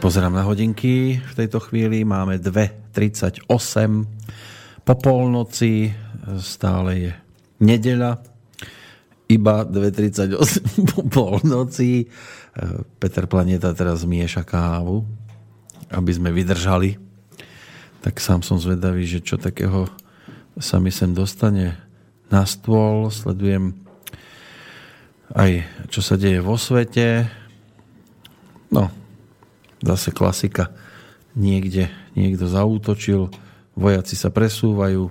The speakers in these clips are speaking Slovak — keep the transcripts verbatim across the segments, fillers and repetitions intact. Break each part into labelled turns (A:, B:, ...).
A: Pozerám na hodinky v tejto chvíli, máme dve tridsaťosem po polnoci, stále je nedeľa, iba dve tridsaťosem po polnoci. Peter Planeta teraz mieša kávu, aby sme vydržali. Tak sám som zvedavý, že čo takého sa mi sem dostane na stôl. Sledujem aj, čo sa deje vo svete. No, zase klasika. Niekde niekto zaútočil, vojaci sa presúvajú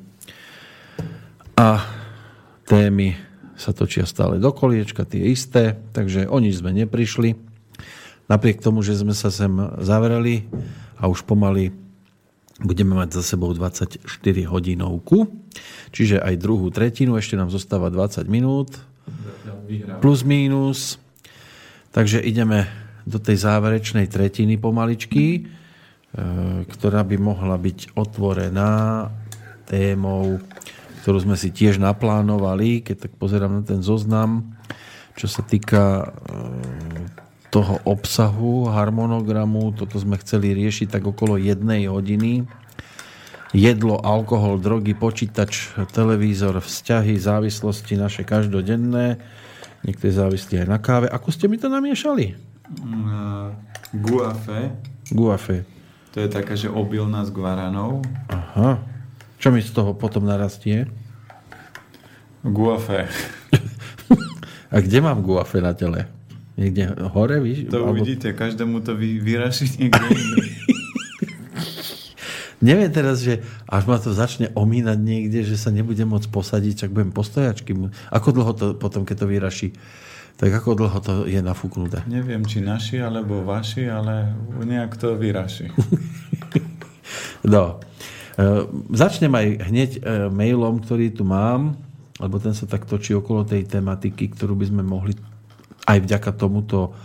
A: a témy sa točia stále do koliečka, tie isté, takže o nič sme neprišli. Napriek tomu, že sme sa sem zavreli a už pomaly budeme mať za sebou dvadsaťštyri hodinovku, čiže aj druhú tretinu, ešte nám zostáva dvadsať minút, plus mínus. Takže ideme do tej záverečnej tretiny pomaličky, ktorá by mohla byť otvorená témou, ktorú sme si tiež naplánovali, keď tak pozerám na ten zoznam, čo sa týka toho obsahu harmonogramu. Toto sme chceli riešiť tak okolo jednej hodiny. Jedlo, alkohol, drogy, počítač, televízor, vzťahy, závislosti naše každodenné. Niekto je závislý aj na káve. Ako ste mi to namiešali?
B: Uh, guafe.
A: Guafe.
B: To je taká, že obilná s guaranou.
A: Aha. Čo mi z toho potom narastie?
B: Guafe.
A: A kde mám guafe na tele? Niekde hore? Víš?
B: To Albo... uvidíte, každému to vy, vyraší niekde iný.
A: Neviem teraz, že až ma to začne omínať niekde, že sa nebudem môcť posadiť, čak budem postojačky. Ako dlho to potom, keď to vyraší? Tak ako dlho to je nafúknuté?
B: Neviem, či naši, alebo vaši, ale nejak to vyraší.
A: No. E, začnem aj hneď e, mailom, ktorý tu mám, lebo ten sa tak točí okolo tej tematiky, ktorú by sme mohli aj vďaka tomuto e,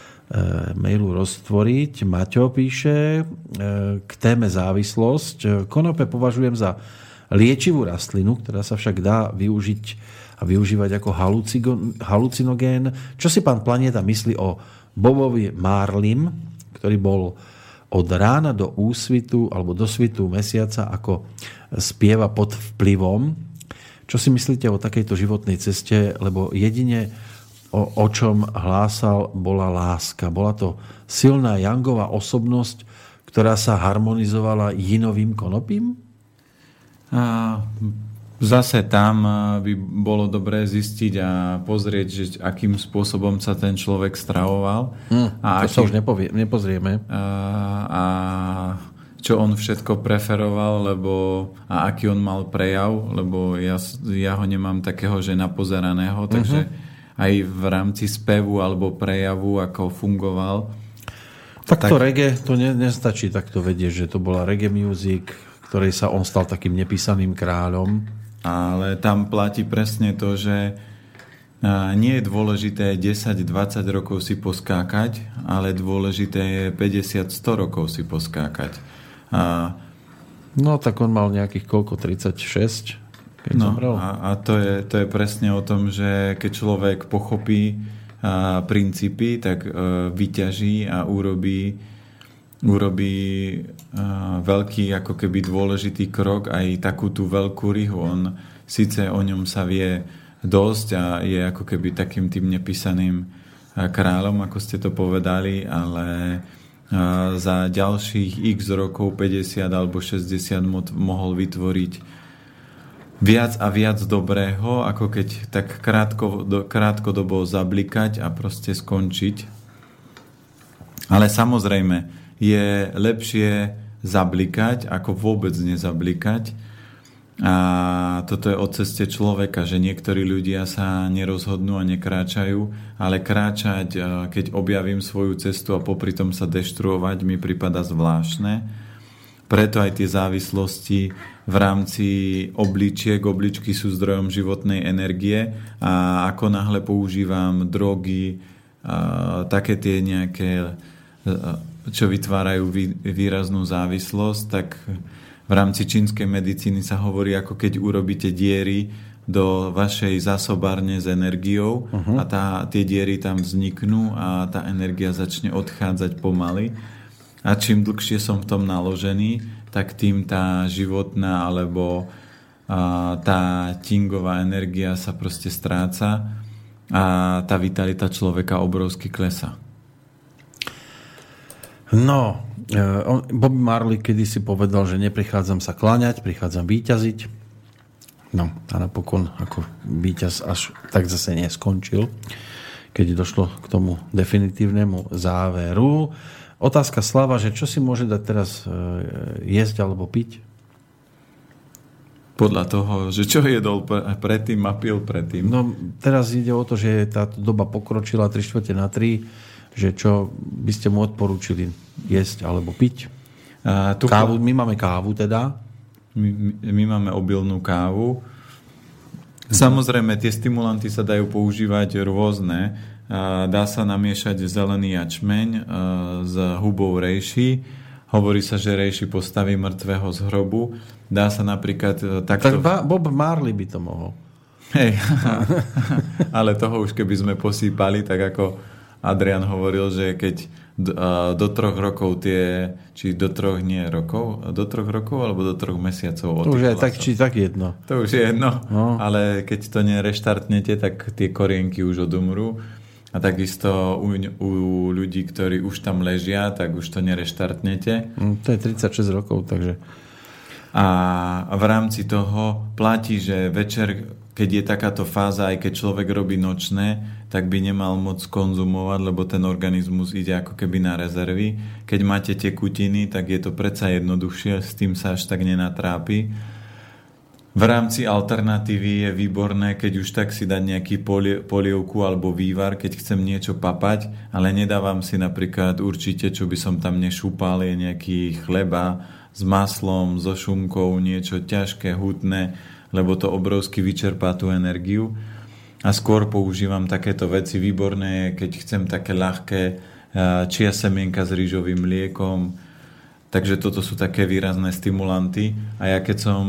A: mailu roztvoriť. Maťo píše e, k téme závislosť. Konope považujem za liečivú rastlinu, ktorá sa však dá využiť a využívať ako halucinogén. Čo si pán Planeta myslí o Bobovi Marlim, ktorý bol od rána do úsvitu alebo do svitu mesiaca ako spieva pod vplyvom? Čo si myslíte o takejto životnej ceste? Lebo jedine o, o čom hlásal, bola láska. Bola to silná Jangová osobnosť, ktorá sa harmonizovala jinovým konopím?
B: A... Zase tam by bolo dobré zistiť a pozrieť, že akým spôsobom sa ten človek stravoval.
A: Mm, a to aký, sa už nepovie, nepozrieme.
B: A, a čo on všetko preferoval, lebo, a aký on mal prejav, lebo ja, ja ho nemám takého, že napozeraného, takže mm-hmm. aj v rámci spevu alebo prejavu, ako fungoval.
A: Tak to tak, reggae, to ne, nestačí takto vedieť, že to bola reggae music, ktorej sa on stal takým nepísaným kráľom.
B: Ale tam platí presne to, že nie je dôležité desať dvadsať rokov si poskákať, ale dôležité je päťdesiat sto rokov si poskákať. A...
A: No tak on mal nejakých koľko? tridsaťšesť? Keď
B: no,
A: zomrel?
B: A, a to, je, to je presne o tom, že keď človek pochopí a, princípy, tak a, vyťaží a urobí urobí uh, veľký, ako keby dôležitý krok, aj takú tú veľkú rihu. On síce o ňom sa vie dosť a je ako keby takým tým nepísaným uh, kráľom, ako ste to povedali, ale uh, za ďalších x rokov, päťdesiat alebo šesťdesiat, mo- mohol vytvoriť viac a viac dobrého, ako keď tak krátko, do, krátkodobo zablikať a proste skončiť. Ale samozrejme, je lepšie zablikať, ako vôbec nezablikať. A toto je o ceste človeka, že niektorí ľudia sa nerozhodnú a nekráčajú, ale kráčať, keď objavím svoju cestu a popri tom sa deštruovať, mi prípada zvláštne. Preto aj tie závislosti v rámci obličiek, obličky sú zdrojom životnej energie a ako náhle používam drogy, také tie nejaké, čo vytvárajú výraznú závislosť, tak v rámci čínskej medicíny sa hovorí, ako keď urobíte diery do vašej zásobárne s energiou uh-huh. a tá, tie diery tam vzniknú a tá energia začne odchádzať pomaly. a čím dlhšie som v tom naložený, tak tým tá životná alebo a, tá tingová energia sa proste stráca a tá vitalita človeka obrovsky klesá.
A: No, Bob Marley kedysi povedal, že neprichádzam sa kláňať, prichádzam víťaziť. No a napokon ako víťaz až tak zase neskončil, keď došlo k tomu definitívnemu záveru. Otázka Slava, že čo si môže dať teraz jesť alebo piť?
B: Podľa toho, že čo jedol predtým a pil predtým.
A: No teraz ide o to, že táto doba pokročila tri štvrte na tri, že čo by ste mu odporúčili jesť alebo piť? A tu kávu, my máme kávu teda.
B: My, my máme obilnú kávu. Samozrejme, tie stimulanty sa dajú používať rôzne. Dá sa namiešať zelený jačmeň s hubou rejší. Hovorí sa, že rejší postaví mŕtvého z hrobu. Dá sa napríklad takto...
A: Tak Bob Marley by to mohol.
B: Hej, ale toho už keby sme posýpali, tak ako Adrian hovoril, že keď do, do troch rokov tie, či do troch nie rokov, do troch rokov alebo do troch mesiacov.
A: To už je tak, či tak jedno.
B: To už je jedno, no. Ale keď to nereštartnete, tak tie korienky už odumrú. A takisto u, u ľudí, ktorí už tam ležia, tak už to nereštartnete.
A: Mm, to je tridsaťšesť rokov, takže...
B: A v rámci toho platí, že večer, keď je takáto fáza, aj keď človek robí nočné, tak by nemal moc konzumovať, lebo ten organizmus ide ako keby na rezervy. Keď máte tekutiny, tak je to predsa jednoduchšie, s tým sa až tak nenatrápi. V rámci alternatívy je výborné, keď už tak si dať nejaký poli- polievku alebo vývar, keď chcem niečo papať, ale nedávam si napríklad určite, čo by som tam nešúpal, je nejaký chleba s maslom, so šunkou, niečo ťažké, hutné, lebo to obrovsky vyčerpá tú energiu. A skôr používam takéto veci. Výborné je, keď chcem také ľahké čia semienka s rýžovým mliekom. Takže toto sú také výrazné stimulanty. A ja keď som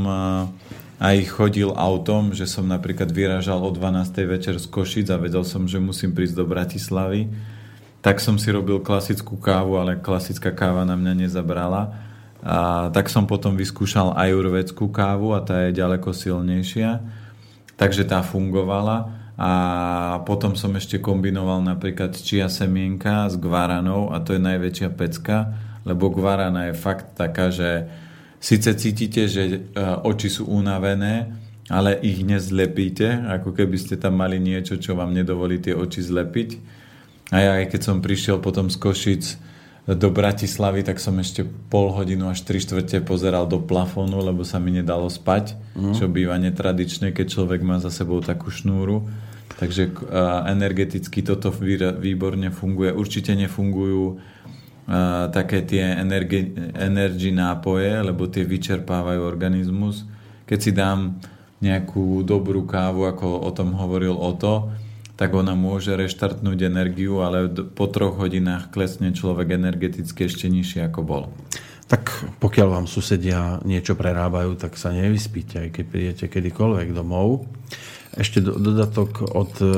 B: aj chodil autom, že som napríklad vyrážal o dvanástej večer z Košic a vedel som, že musím prísť do Bratislavy, tak som si robil klasickú kávu, ale klasická káva na mňa nezabrala. A tak som potom vyskúšal ajurvédskú kávu a tá je ďaleko silnejšia. Takže tá fungovala. A potom som ešte kombinoval napríklad čia semienka s guaranou a to je najväčšia pecka, lebo guarana je fakt taká, že síce cítite, že oči sú unavené, ale ich nezlepíte, ako keby ste tam mali niečo, čo vám nedovolí tie oči zlepiť. A ja aj keď som prišiel potom z Košic do Bratislavy, tak som ešte pol hodinu až tri štvrte pozeral do plafónu, lebo sa mi nedalo spať, mm. čo býva netradičné, keď človek má za sebou takú šnúru. Takže uh, energeticky toto výborne funguje. Určite nefungujú uh, také tie energi- energy nápoje, lebo tie vyčerpávajú organizmus. Keď si dám nejakú dobrú kávu, ako o tom hovoril Oto, tak ona môže reštartnúť energiu, ale po troch hodinách klesne človek energeticky ešte nižšie ako bol.
A: Tak pokiaľ vám susedia niečo prerábajú, tak sa nevyspíte, aj keď prídete kedykoľvek domov. Ešte do, dodatok od e,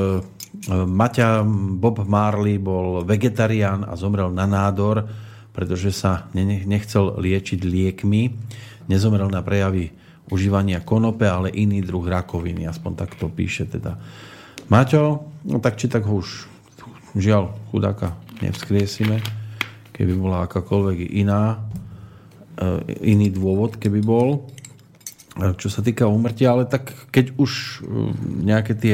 A: Maťa. Bob Marley bol vegetarián a zomrel na nádor, pretože sa ne, nechcel liečiť liekmi. Nezomrel na prejavy užívania konope, ale iný druh rakoviny. Aspoň takto píše teda Maťo. No tak či tak ho už žiaľ chudáka nevzkriesime, keby bola akákoľvek iná iný dôvod, keby bol, čo sa týka úmrtia, ale tak keď už nejaké tie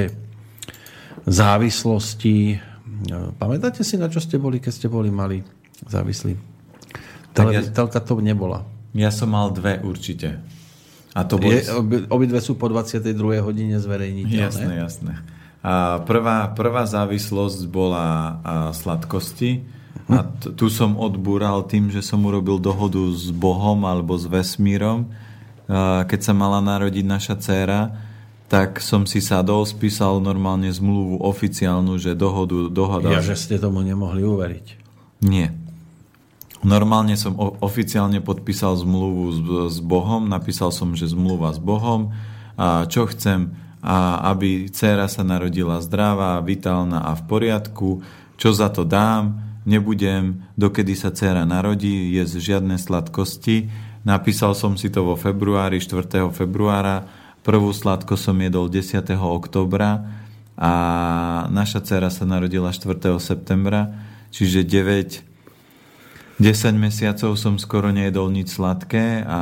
A: závislosti, pamätáte si, na čo ste boli, keď ste boli mali závislí? Tele, ja, telka to nebola.
B: Ja som mal dve určite. A to boli...
A: Je, obidve sú po dvadsiatej druhej hodine zverejniteľné.
B: Jasné, jasné. A prvá, prvá závislosť bola sladkosti. A t- tu som odbúral tým, že som urobil dohodu s Bohom alebo s vesmírom. Keď sa mala narodiť naša dcéra, tak som si sadol, spísal normálne zmluvu oficiálnu, že dohodu, dohoda...
A: Ja, že ste tomu nemohli uveriť.
B: Nie. Normálne som o- oficiálne podpísal zmluvu s, s Bohom, napísal som, že zmluva s Bohom, a čo chcem, a aby dcéra sa narodila zdravá, vitálna a v poriadku, čo za to dám, nebudem, dokedy sa dcéra narodí, jesť žiadne sladkosti. Napísal som si to vo februári, štvrtého februára. Prvú sladko som jedol desiateho októbra a naša dcéra sa narodila štvrtého septembra, čiže deväť desať mesiacov som skoro nejedol nič sladké a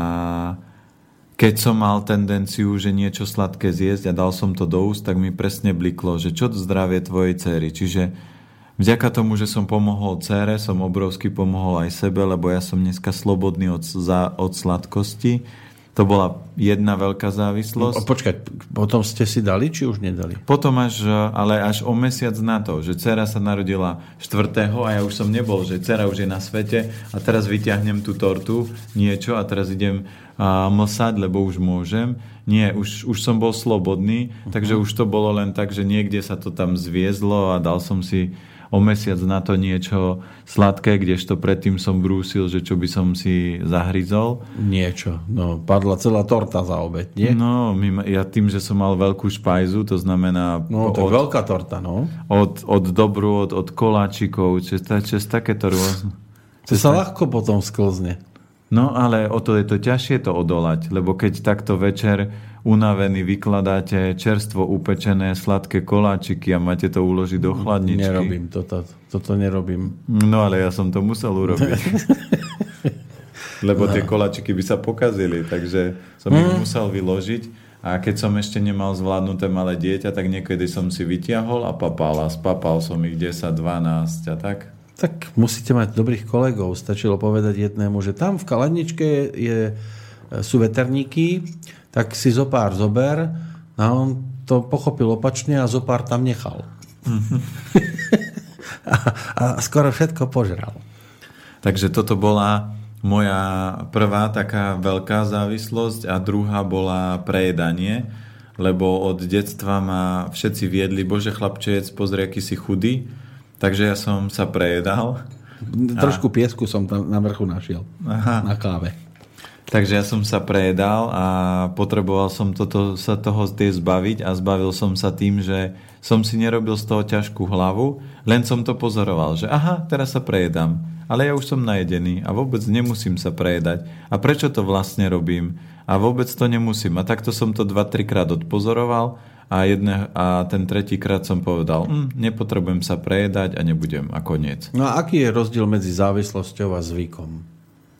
B: keď som mal tendenciu, že niečo sladké zjesť a dal som to do úst, tak mi presne bliklo, že čo zdravie tvojej dcery. Čiže vďaka tomu, že som pomohol dcére, som obrovsky pomohol aj sebe, lebo ja som dneska slobodný od, za, od sladkosti. To bola jedna veľká závislosť.
A: No, počkaj, potom ste si dali, či už nedali?
B: Potom až, ale až o mesiac na to, že dcera sa narodila štvrtého a ja už som nebol, že dcera už je na svete a teraz vyťahnem tú tortu, niečo a teraz idem a, mlsať, lebo už môžem. Nie, už, už som bol slobodný, uh-huh. takže už to bolo len tak, že niekde sa to tam zviezlo a dal som si o mesiac na to niečo sladké, kdežto predtým som brúsil, že čo by som si zahryzol.
A: Niečo. No, padla celá torta za obed, nie?
B: No, ja tým, že som mal veľkú špajzu, to znamená...
A: No, to je veľká torta, no.
B: Od, od dobru, od, od koláčikov, čes, čes takéto rôzne.
A: To sa ľahko potom sklzne.
B: No, ale o to je to ťažšie to odolať, lebo keď takto večer unavený vykladáte čerstvo upečené sladké koláčiky a máte to uložiť do chladničky.
A: Nerobím toto, toto nerobím.
B: No, ale ja som to musel urobiť. Lebo tie koláčiky by sa pokazili, takže som ich mm. musel vyložiť a keď som ešte nemal zvládnuté malé dieťa, tak niekedy som si vytiahol a papal a spapal som ich desať, dvanásť a tak.
A: Tak musíte mať dobrých kolegov. Stačilo povedať jednému, že tam v kaladničke je, je, sú veterníky, tak si zopár zober a on to pochopil opačne a zopár tam nechal. Mm-hmm. a, a skoro všetko požral.
B: Takže toto bola moja prvá taká veľká závislosť a druhá bola prejedanie, lebo od detstva ma všetci viedli, bože chlapčec, pozri, aký si chudý. Takže ja som sa prejedal.
A: Trošku a... piesku som tam na vrchu našiel. Aha. Na káve.
B: Takže ja som sa prejedal a potreboval som toto, sa toho zbaviť a zbavil som sa tým, že som si nerobil z toho ťažkú hlavu, len som to pozoroval, že aha, teraz sa prejedám, ale ja už som najedený a vôbec nemusím sa prejedať. A prečo to vlastne robím? A vôbec to nemusím. A takto som to dva tri krát odpozoroval a, jedne, a ten tretí krát som povedal, hm, nepotrebujem sa prejedať a nebudem a koniec.
A: No a aký je rozdiel medzi závislosťou a zvykom?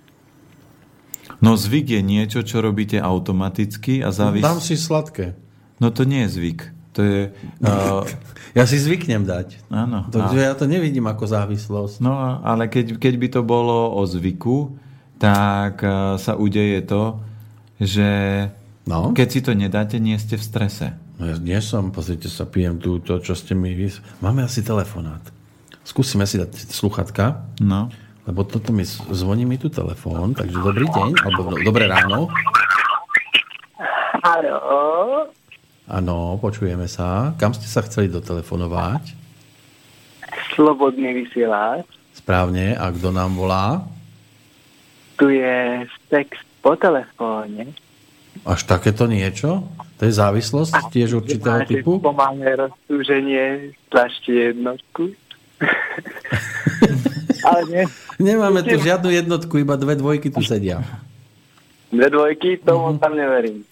B: No zvyk je niečo, čo robíte automaticky a závis...
A: Dám si sladké.
B: No to nie je zvyk. To je... Uh...
A: Ja si zvyknem dať.
B: Áno.
A: Takže ja to nevidím ako závislosť.
B: No ale keď, keď by to bolo o zvyku, tak uh, sa udeje to, že no? keď si to nedáte, nie ste v strese.
A: No ja nie som, pozrite sa, pijem túto, čo ste mi... Vys... Máme asi telefonát. Skúsime si dať sluchatka.
B: No.
A: Lebo toto mi zvoní mi tu telefón, takže dobrý deň, alebo no, dobré ráno.
C: Áno.
A: Áno, počujeme sa. Kam ste sa chceli dotelefonovať?
C: Slobodný vysielač.
A: Správne, a kto nám volá?
C: Tu je text po telefóne.
A: Až takéto niečo? To je závislosť a tiež určitého
C: máte
A: typu?
C: Pomalé roztúženie, tlačte jednotku. Ale nie.
A: Nemáme tu žiadnu jednotku, iba dve dvojky tu sedia.
C: Dve dvojky? Tomu mm-hmm. tam neverím.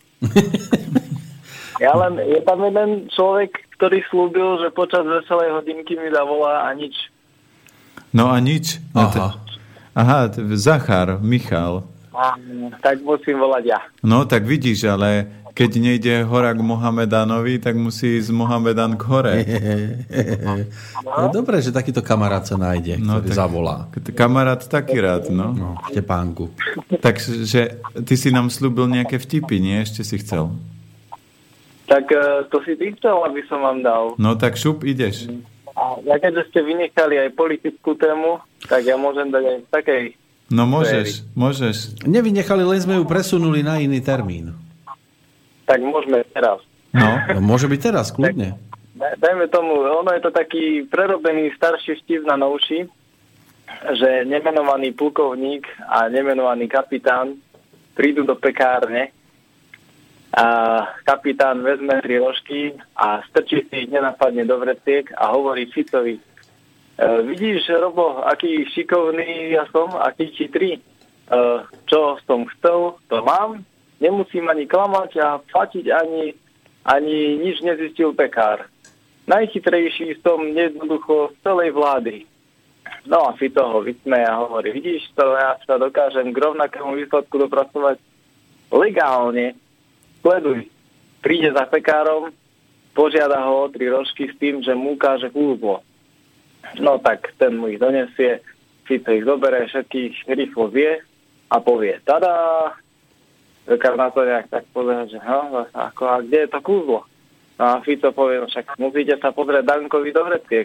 C: Ja len, je tam jeden človek, ktorý slúbil, že počas veselej hodinky mi zavolá a nič.
B: No a nič? No
A: Aha.
B: T- Aha, t- Zachar, Michal.
C: A, tak musím volať ja.
B: No tak vidíš, ale keď nejde hora k Mohamedanovi, tak musí ísť Mohamedan k hore.
A: No, dobre, že takýto kamarát sa nájde,
B: no,
A: ktorý
B: tak,
A: zavolá.
B: Kamarát taký rád, no.
A: No, Štepánku.
B: Takže ty si nám slúbil nejaké vtipy, nie? Ešte si chcel.
C: Tak to si ty chcel, aby som vám dal.
B: No tak šup, ideš.
C: A ja keďže ste vynechali aj politickú tému, tak ja môžem dať aj takej.
B: No môžeš, sérii. môžeš.
A: Nevynechali, len sme ju presunuli na iný termín.
C: Tak môžeme teraz.
B: No,
A: no môže byť teraz, kľudne.
C: Tak, dajme tomu, ono je to taký prerobený starší vtip na novší, že nemenovaný plukovník a nemenovaný kapitán prídu do pekárne a kapitán vezme tri rožky a strčí si ich nenápadne do vreciek a hovorí Ficovi, vidíš, Robo, aký šikovný ja som, aký chytrý. E, čo som chcel, to mám. Nemusím ani klamať a platiť, ani, ani nič nezistil pekár. Najchytrejší som jednoducho z celej vlády. No a si toho vysmeje a hovorí, vidíš to, ja sa dokážem k rovnakému výsledku dopracovať legálne. Sleduj. Príde za pekárom, požiada ho o tri rožky s tým, že mu ukáže kúzlo. No tak ten mu ich donesie, síce ich zoberie, všetkých rýchlo vie a povie, tada, pekár na to nejak tak pozrie, že no, ako, a kde je to kúzlo? No a Fico povie, no však musíte sa pozrieť Dankovi do vreciek.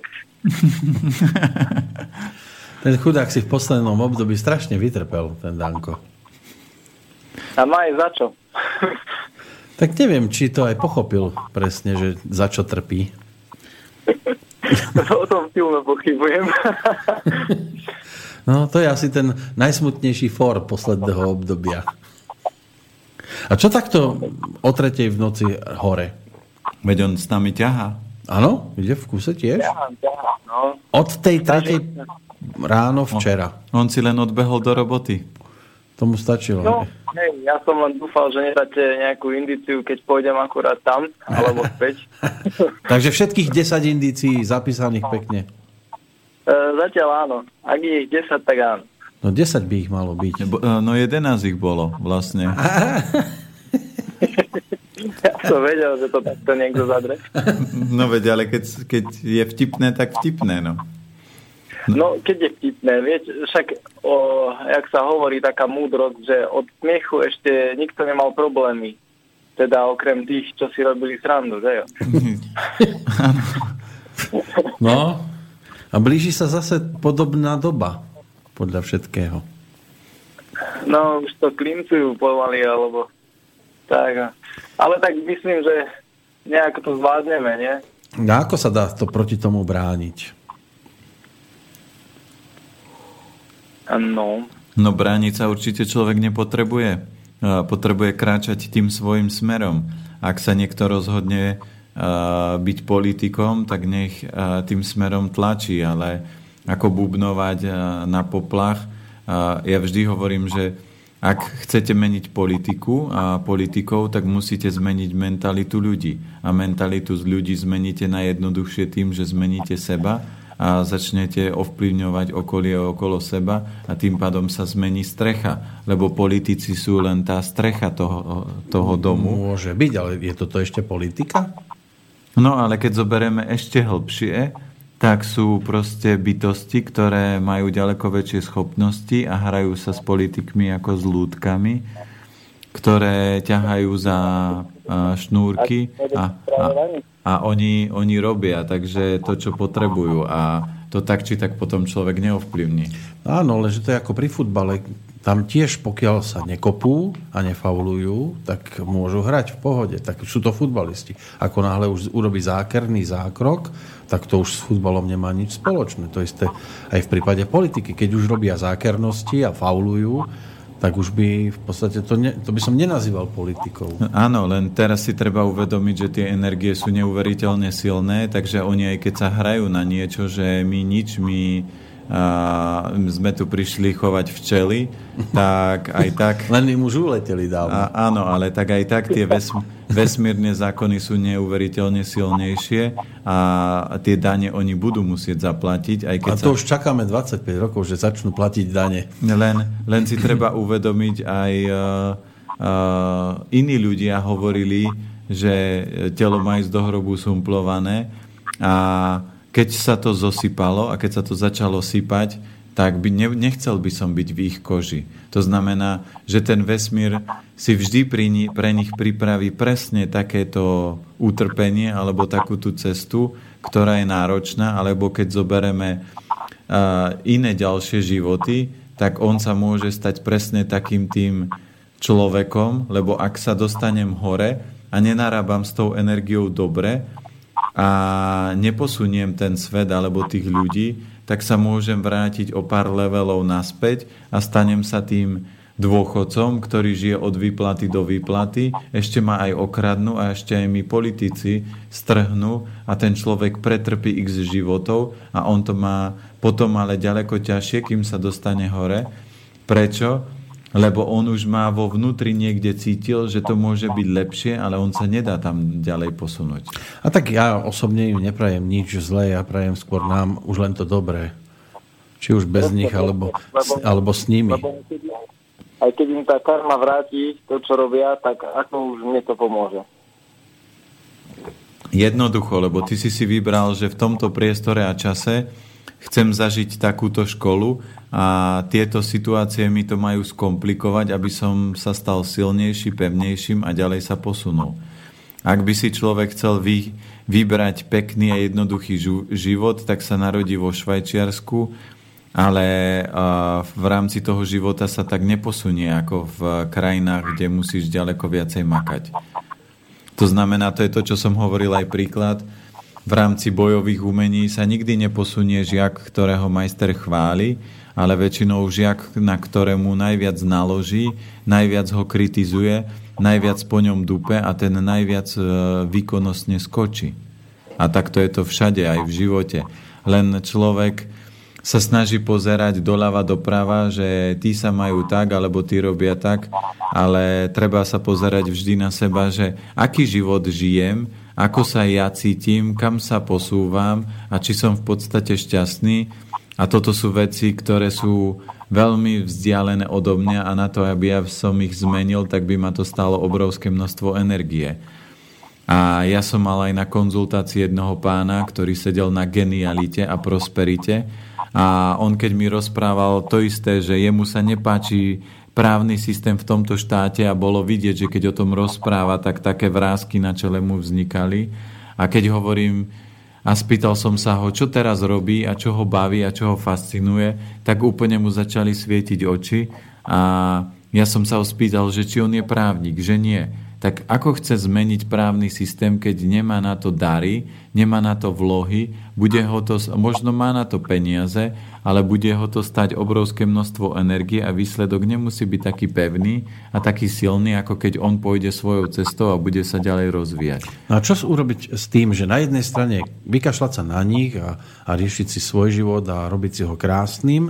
A: Ten chudák si v poslednom období strašne vytrpel, ten Danko.
C: A má aj za čo.
A: Tak neviem, či to aj pochopil presne, že za čo trpí.
C: O tom silno pochybujem.
A: No, to je asi ten najsmutnejší for posledného obdobia. A čo takto o tretej v noci hore?
B: Veď on s nami ťahá.
A: Áno, ide v kuse tiež?
C: Ťahám, ťahám, no.
A: Od tej tretej ráno včera.
B: On, on si len odbehol do roboty.
A: Tomu stačilo.
C: No, hej, ja som len dúfal, že nedáte nejakú indíciu, keď pôjdem akurát tam, alebo späť.
A: Takže všetkých desať indícií zapísaných pekne.
C: E, zatiaľ áno. Ak je ich desať, tak áno.
A: No desať by ich malo byť.
B: No jedenásť ich bolo vlastne.
C: Ja som vedel, že to takto niekto zadre.
B: No veď, ale keď, keď je vtipné, tak vtipné, no.
C: No, keď je vtipné, vieš, však, o, jak sa hovorí, taká múdrosť, že od smiechu ešte nikto nemal problémy. Teda okrem tých, čo si robili srandu, že jo?
A: No, a blíži sa zase podobná doba, podľa všetkého.
C: No, už to klincujú pomaly, alebo tak. Ale tak myslím, že nejako to zvládneme, nie?
A: A ako sa dá to proti tomu brániť?
C: No.
B: No brániť sa určite človek nepotrebuje. Potrebuje kráčať tým svojim smerom. Ak sa niekto rozhodne byť politikom, tak nech tým smerom tlačí, ale ako bubnovať na poplach. Ja vždy hovorím, že ak chcete meniť politiku a politikov, tak musíte zmeniť mentalitu ľudí. A mentalitu z ľudí zmeníte najjednoduchšie tým, že zmeníte seba a začnete ovplyvňovať okolie okolo seba a tým pádom sa zmení strecha, lebo politici sú len tá strecha toho, toho domu.
A: Môže byť, ale je toto ešte politika?
B: No ale keď zoberieme ešte hlbšie, tak sú proste bytosti, ktoré majú ďaleko väčšie schopnosti a hrajú sa s politikmi ako s lúdkami, ktoré ťahajú za šnúrky a, a, a oni, oni robia, takže to, čo potrebujú, a to tak či tak potom človek neovplyvní.
A: Áno, ale že to je ako pri futbale. Tam tiež, pokiaľ sa nekopú a nefaulujú, tak môžu hrať v pohode. Tak sú to futbalisti. Ako náhle už urobí zákerný zákrok, tak to už s futbalom nemá nič spoločné. To isté aj v prípade politiky. Keď už robia zákernosti a faulujú, tak už by v podstate to, ne, to by som nenazýval politikou.
B: Áno, len teraz si treba uvedomiť, že tie energie sú neuveriteľne silné, takže oni aj keď sa hrajú na niečo, že my nič, my a sme tu prišli chovať včely, tak aj tak...
A: Len im už uleteli dávno.
B: A, áno, ale tak aj tak tie vesm, vesmírne zákony sú neuveriteľne silnejšie a tie dane oni budú musieť zaplatiť. Aj keď
A: a to
B: sa...
A: už čakáme dvadsaťpäť rokov, že začnú platiť dane.
B: Len, len si treba uvedomiť aj uh, uh, iní ľudia hovorili, že telo má ísť do hrobu sumplované a keď sa to zosypalo a keď sa to začalo sypať, tak by ne, nechcel by som byť v ich koži. To znamená, že ten vesmír si vždy pri, pre nich pripraví presne takéto utrpenie alebo takú tú cestu, ktorá je náročná, alebo keď zobereme uh, iné ďalšie životy, tak on sa môže stať presne takým tým človekom, lebo ak sa dostanem hore a nenarábam s tou energiou dobre, a neposuniem ten svet alebo tých ľudí, tak sa môžem vrátiť o pár levelov naspäť a stanem sa tým dôchodcom, ktorý žije od výplaty do výplaty, ešte ma aj okradnú a ešte aj my politici strhnú a ten človek pretrpí x životov a on to má potom ale ďaleko ťažšie, kým sa dostane hore. Prečo? Lebo on už má vo vnútri niekde cítil, že to môže byť lepšie, ale on sa nedá tam ďalej posunúť.
A: A tak ja osobne im neprajem nič zlé, ja prajem skôr nám už len to dobré. Či už bez nich, alebo, alebo s nimi.
C: Aj keď im tá karma vráti to, čo robia, tak ako už mne to pomôže?
B: Jednoducho, lebo ty si si vybral, že v tomto priestore a čase chcem zažiť takúto školu a tieto situácie mi to majú skomplikovať, aby som sa stal silnejší, pevnejším a ďalej sa posunul. Ak by si človek chcel vy, vybrať pekný a jednoduchý život, tak sa narodí vo Švajčiarsku, ale v rámci toho života sa tak neposunie ako v krajinách, kde musíš ďaleko viacej makať. To znamená, to je to, čo som hovoril aj príklad, v rámci bojových umení sa nikdy neposunie žiak, ktorého majster chváli, ale väčšinou žiak, na ktorému najviac naloží, najviac ho kritizuje, najviac po ňom dupe a ten najviac výkonnostne skočí. A takto je to všade, aj v živote. Len človek sa snaží pozerať doľava doprava, že tí sa majú tak, alebo tí robia tak, ale treba sa pozerať vždy na seba, že aký život žijem, ako sa ja cítim, kam sa posúvam a či som v podstate šťastný. A toto sú veci, ktoré sú veľmi vzdialené odo mňa a na to, aby ja som ich zmenil, tak by ma to stálo obrovské množstvo energie. A ja som mal aj na konzultácii jednoho pána, ktorý sedel na genialite a prosperite a on keď mi rozprával to isté, že jemu sa nepáči právny systém v tomto štáte a bolo vidieť, že keď o tom rozpráva, tak také vrásky na čele mu vznikali. A keď hovorím a spýtal som sa ho, čo teraz robí a čo ho baví a čo ho fascinuje, tak úplne mu začali svietiť oči a ja som sa ho spýtal, že či on je právnik, že nie. Tak ako chce zmeniť právny systém, keď nemá na to dary, nemá na to vlohy, bude ho to, možno má na to peniaze, ale bude ho to stať obrovské množstvo energie a výsledok nemusí byť taký pevný a taký silný, ako keď on pôjde svojou cestou a bude sa ďalej rozvíjať.
A: No a čo urobiť s tým, že na jednej strane vykašľať sa na nich a, a riešiť si svoj život a robiť si ho krásnym,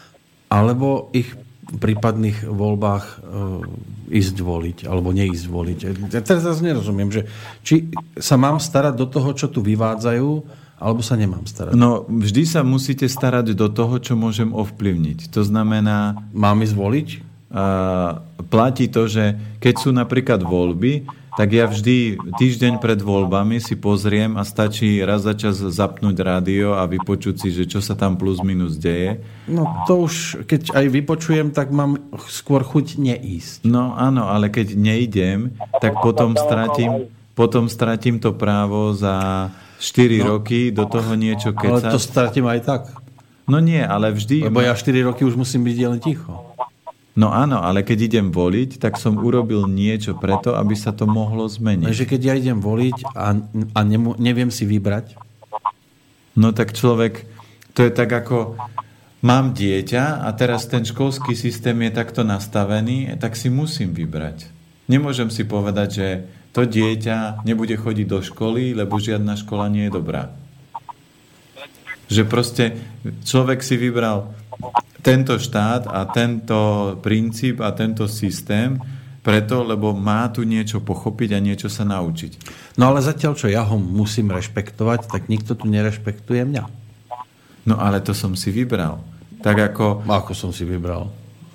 A: alebo ich v prípadných voľbách e, ísť voliť, alebo neísť voliť. Ja teraz nerozumiem, že či sa mám starať do toho, čo tu vyvádzajú, alebo sa nemám starať.
B: No, vždy sa musíte starať do toho, čo môžem ovplyvniť. To znamená...
A: Mám ísť voliť?
B: Uh, platí to, že keď sú napríklad voľby, tak ja vždy týždeň pred voľbami si pozriem a stačí raz za čas zapnúť rádio a vypočuť si, že čo sa tam plus minus deje.
A: No to už, keď aj vypočujem, tak mám skôr chuť neísť.
B: No áno, ale keď neidem, tak potom stratím, potom stratím to právo za štyri no, roky do toho niečo kecať.
A: Ale to stratím aj tak.
B: No nie, ale vždy...
A: Lebo ja štyri roky už musím byť len ticho.
B: No áno, ale keď idem voliť, tak som urobil niečo preto, aby sa to mohlo zmeniť.
A: Takže keď ja idem voliť a, a nemu, neviem si vybrať?
B: No tak človek, to je tak ako mám dieťa a teraz ten školský systém je takto nastavený, tak si musím vybrať. Nemôžem si povedať, že to dieťa nebude chodiť do školy, lebo žiadna škola nie je dobrá. Že proste človek si vybral tento štát a tento princíp a tento systém preto, lebo má tu niečo pochopiť a niečo sa naučiť.
A: No ale zatiaľ, čo ja ho musím rešpektovať, tak nikto tu nerešpektuje mňa.
B: No ale to som si vybral. Tak ako...
A: Ako som si vybral?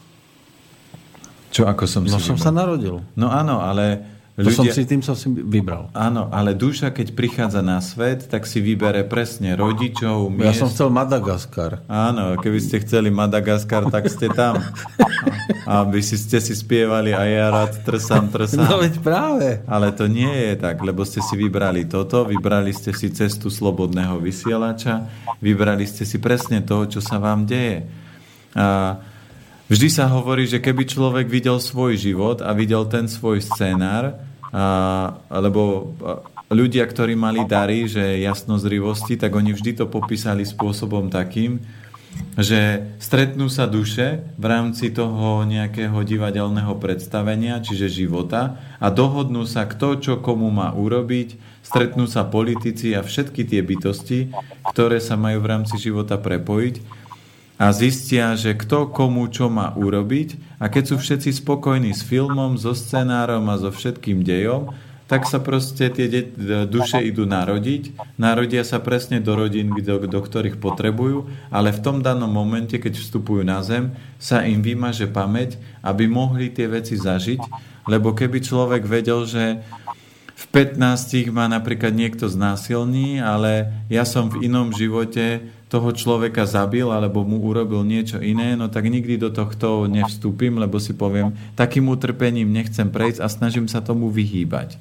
B: Čo ako som
A: no
B: si
A: som
B: vybral?
A: sa narodil.
B: No áno, ale...
A: Ľudia... Som si, tým som si vybral.
B: Áno, ale duša, keď prichádza na svet, tak si vybere presne rodičov, miest.
A: Ja som chcel Madagaskar.
B: Áno, keby ste chceli Madagaskar, tak ste tam. A by si, ste si spievali a ja rád trsám, trsám.
A: No veď práve.
B: Ale to nie je tak, lebo ste si vybrali toto, vybrali ste si cestu slobodného vysielača, vybrali ste si presne to, čo sa vám deje. A vždy sa hovorí, že keby človek videl svoj život a videl ten svoj scenár, a, alebo ľudia, ktorí mali dary, že jasnozrivosti, tak oni vždy to popísali spôsobom takým, že stretnú sa duše v rámci toho nejakého divadelného predstavenia, čiže života, a dohodnú sa, kto čo komu má urobiť, stretnú sa politici a všetky tie bytosti, ktoré sa majú v rámci života prepojiť a zistia, že kto komu čo má urobiť, a keď sú všetci spokojní s filmom, so scenárom a so všetkým dejom, tak sa proste tie de- duše idú narodiť. Narodia sa presne do rodín, do, do ktorých potrebujú, ale v tom danom momente, keď vstupujú na zem, sa im vymaže pamäť, aby mohli tie veci zažiť, lebo keby človek vedel, že v pätnástich ma napríklad niekto znásilní, ale ja som v inom živote toho človeka zabil alebo mu urobil niečo iné, no tak nikdy do tohto nevstúpim, lebo si poviem, takým utrpením nechcem prejsť a snažím sa tomu vyhýbať.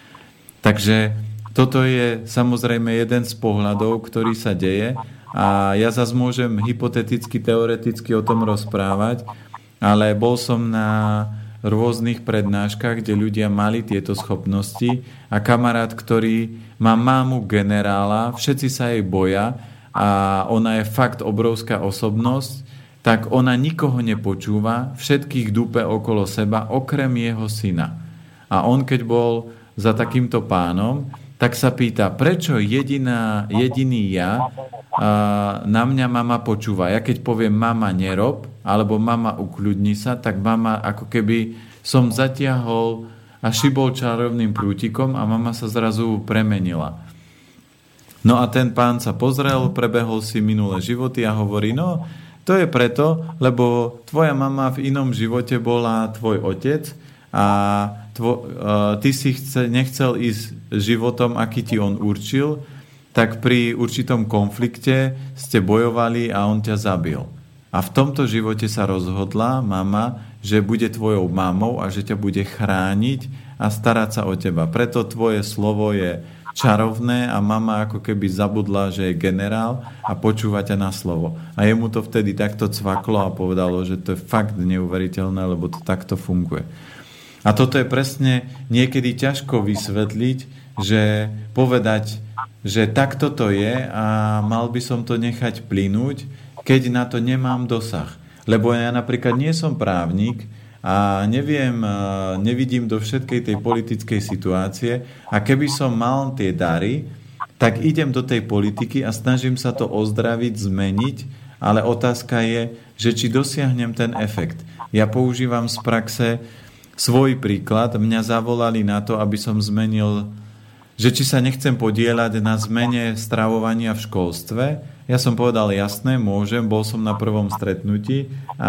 B: Takže toto je samozrejme jeden z pohľadov, ktorý sa deje, a ja zase môžem hypoteticky, teoreticky o tom rozprávať, ale bol som na rôznych prednáškach, kde ľudia mali tieto schopnosti, a kamarát, ktorý má mámu generála, všetci sa jej boja a ona je fakt obrovská osobnosť, tak ona nikoho nepočúva, všetkých dupe okolo seba, okrem jeho syna. A on, keď bol za takýmto pánom, tak sa pýta, prečo jediná, jediný ja a, na mňa mama počúva. Ja keď poviem mama nerob, alebo mama ukľudni sa, tak mama ako keby som zatiahol a šibol čarovným prútikom a mama sa zrazu premenila. No a ten pán sa pozrel, prebehol si minulé životy a hovorí, no to je preto, lebo tvoja mama v inom živote bola tvoj otec a tvo, uh, ty si chce, nechcel ísť životom, aký ti on určil, tak pri určitom konflikte ste bojovali a on ťa zabil. A v tomto živote sa rozhodla mama, že bude tvojou mamou a že ťa bude chrániť a starať sa o teba. Preto tvoje slovo je čarovné a mama ako keby zabudla, že je generál a počúva ťa na slovo. A jemu to vtedy takto cvaklo a povedalo, že to je fakt neuveriteľné, lebo to takto funguje. A toto je presne niekedy ťažko vysvetliť, že povedať, že takto to je a mal by som to nechať plynúť, keď na to nemám dosah. Lebo ja napríklad nie som právnik a neviem, nevidím do všetkej tej politickej situácie, a keby som mal tie dary, tak idem do tej politiky a snažím sa to ozdraviť, zmeniť, ale otázka je, že či dosiahnem ten efekt. Ja používam z praxe svoj príklad. Mňa zavolali na to, aby som zmenil, že či sa nechcem podieľať na zmene stravovania v školstve. Ja som povedal, jasné, môžem, bol som na prvom stretnutí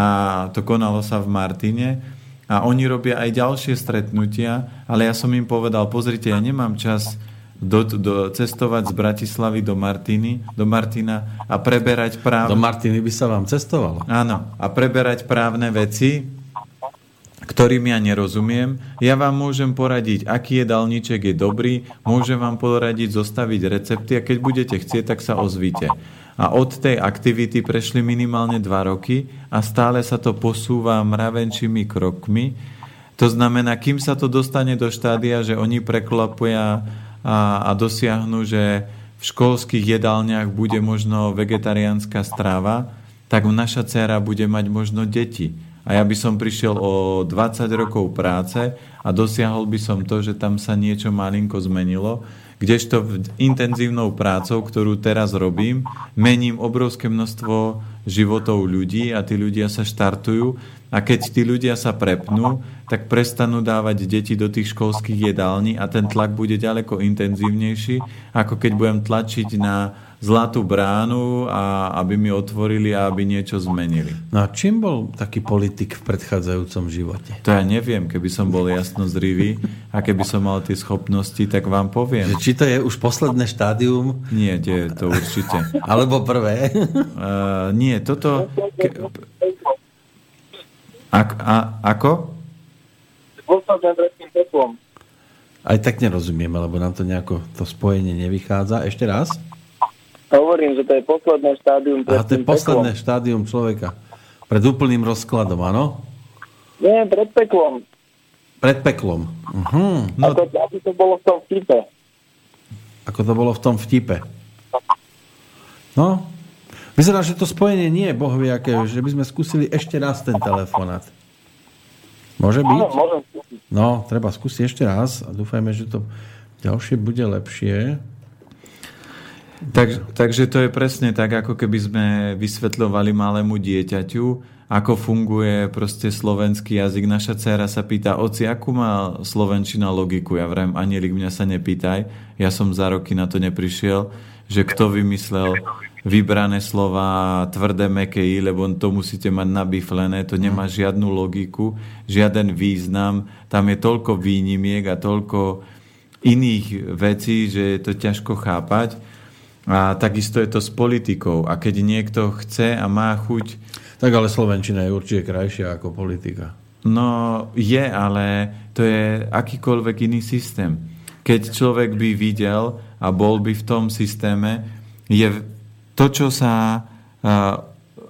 B: a to konalo sa v Martine a oni robia aj ďalšie stretnutia, ale ja som im povedal, pozrite, ja nemám čas do, do, cestovať z Bratislavy do Martiny, do Martina a preberať právne...
A: Do Martiny by sa vám cestovalo.
B: Áno, a preberať právne veci, ktorým ja nerozumiem. Ja vám môžem poradiť, aký jedálniček je dobrý, môžem vám poradiť zostaviť recepty a keď budete chcieť, tak sa ozvíte. A od tej aktivity prešli minimálne dva roky a stále sa to posúva mravenčími krokmi. To znamená, kým sa to dostane do štádia, že oni preklopia a, a dosiahnu, že v školských jedálniach bude možno vegetariánska strava, tak naša dcéra bude mať možno deti. A ja by som prišiel o dvadsať rokov práce a dosiahol by som to, že tam sa niečo malinko zmenilo, kdežto intenzívnou prácou, ktorú teraz robím, mením obrovské množstvo životov ľudí a tí ľudia sa štartujú a keď tí ľudia sa prepnú, tak prestanú dávať deti do tých školských jedální a ten tlak bude ďaleko intenzívnejší, ako keď budem tlačiť na zlatú bránu a aby mi otvorili a aby niečo zmenili.
A: No a čím bol taký politik v predchádzajúcom živote?
B: To ja neviem, keby som bol jasnozrivý a keby som mal tie schopnosti, tak vám poviem.
A: Že či to je už posledné štádium?
B: Nie, nie, to určite.
A: Alebo prvé?
B: Uh, nie, toto... Ke... A, a, ako?
A: Aj tak nerozumieme, lebo nám to nejako to spojenie nevychádza. Ešte raz?
C: Hovorím, že to je posledné štádium pred
A: Aha, to je posledné peklom. Štádium človeka. Pred úplným rozkladom, áno?
C: Nie, pred peklom.
A: Pred peklom. Uh-huh.
C: No. Ako, ako to bolo v tom vtipe.
A: Ako to bolo v tom vtipe. No, vyzerá, že to spojenie nie je bohvie aké, že by sme skúsili ešte raz ten telefonát. Môže byť?
C: Áno, môžem skúsiť.
A: No, treba skúsiť ešte raz a dúfajme, že to Ďalšie bude lepšie.
B: Tak, takže to je presne tak, ako keby sme vysvetľovali malému dieťaťu, ako funguje proste slovenský jazyk. Naša dcéra sa pýta, oci, akú má slovenčina logiku? Ja vrajím, Anielik, mňa sa nepýtaj. Ja som za roky na to neprišiel, že kto vymyslel vybrané slova tvrdé, meké i, lebo to musíte mať nabiflené, to nemá žiadnu logiku, žiaden význam. Tam je toľko výnimiek a toľko iných vecí, že je to ťažko chápať. A takisto je to s politikou. A keď niekto chce a má chuť...
A: Tak ale slovenčina je určite krajšia ako politika.
B: No je, ale to je akýkoľvek iný systém. Keď človek by videl a bol by v tom systéme, je to, čo sa a,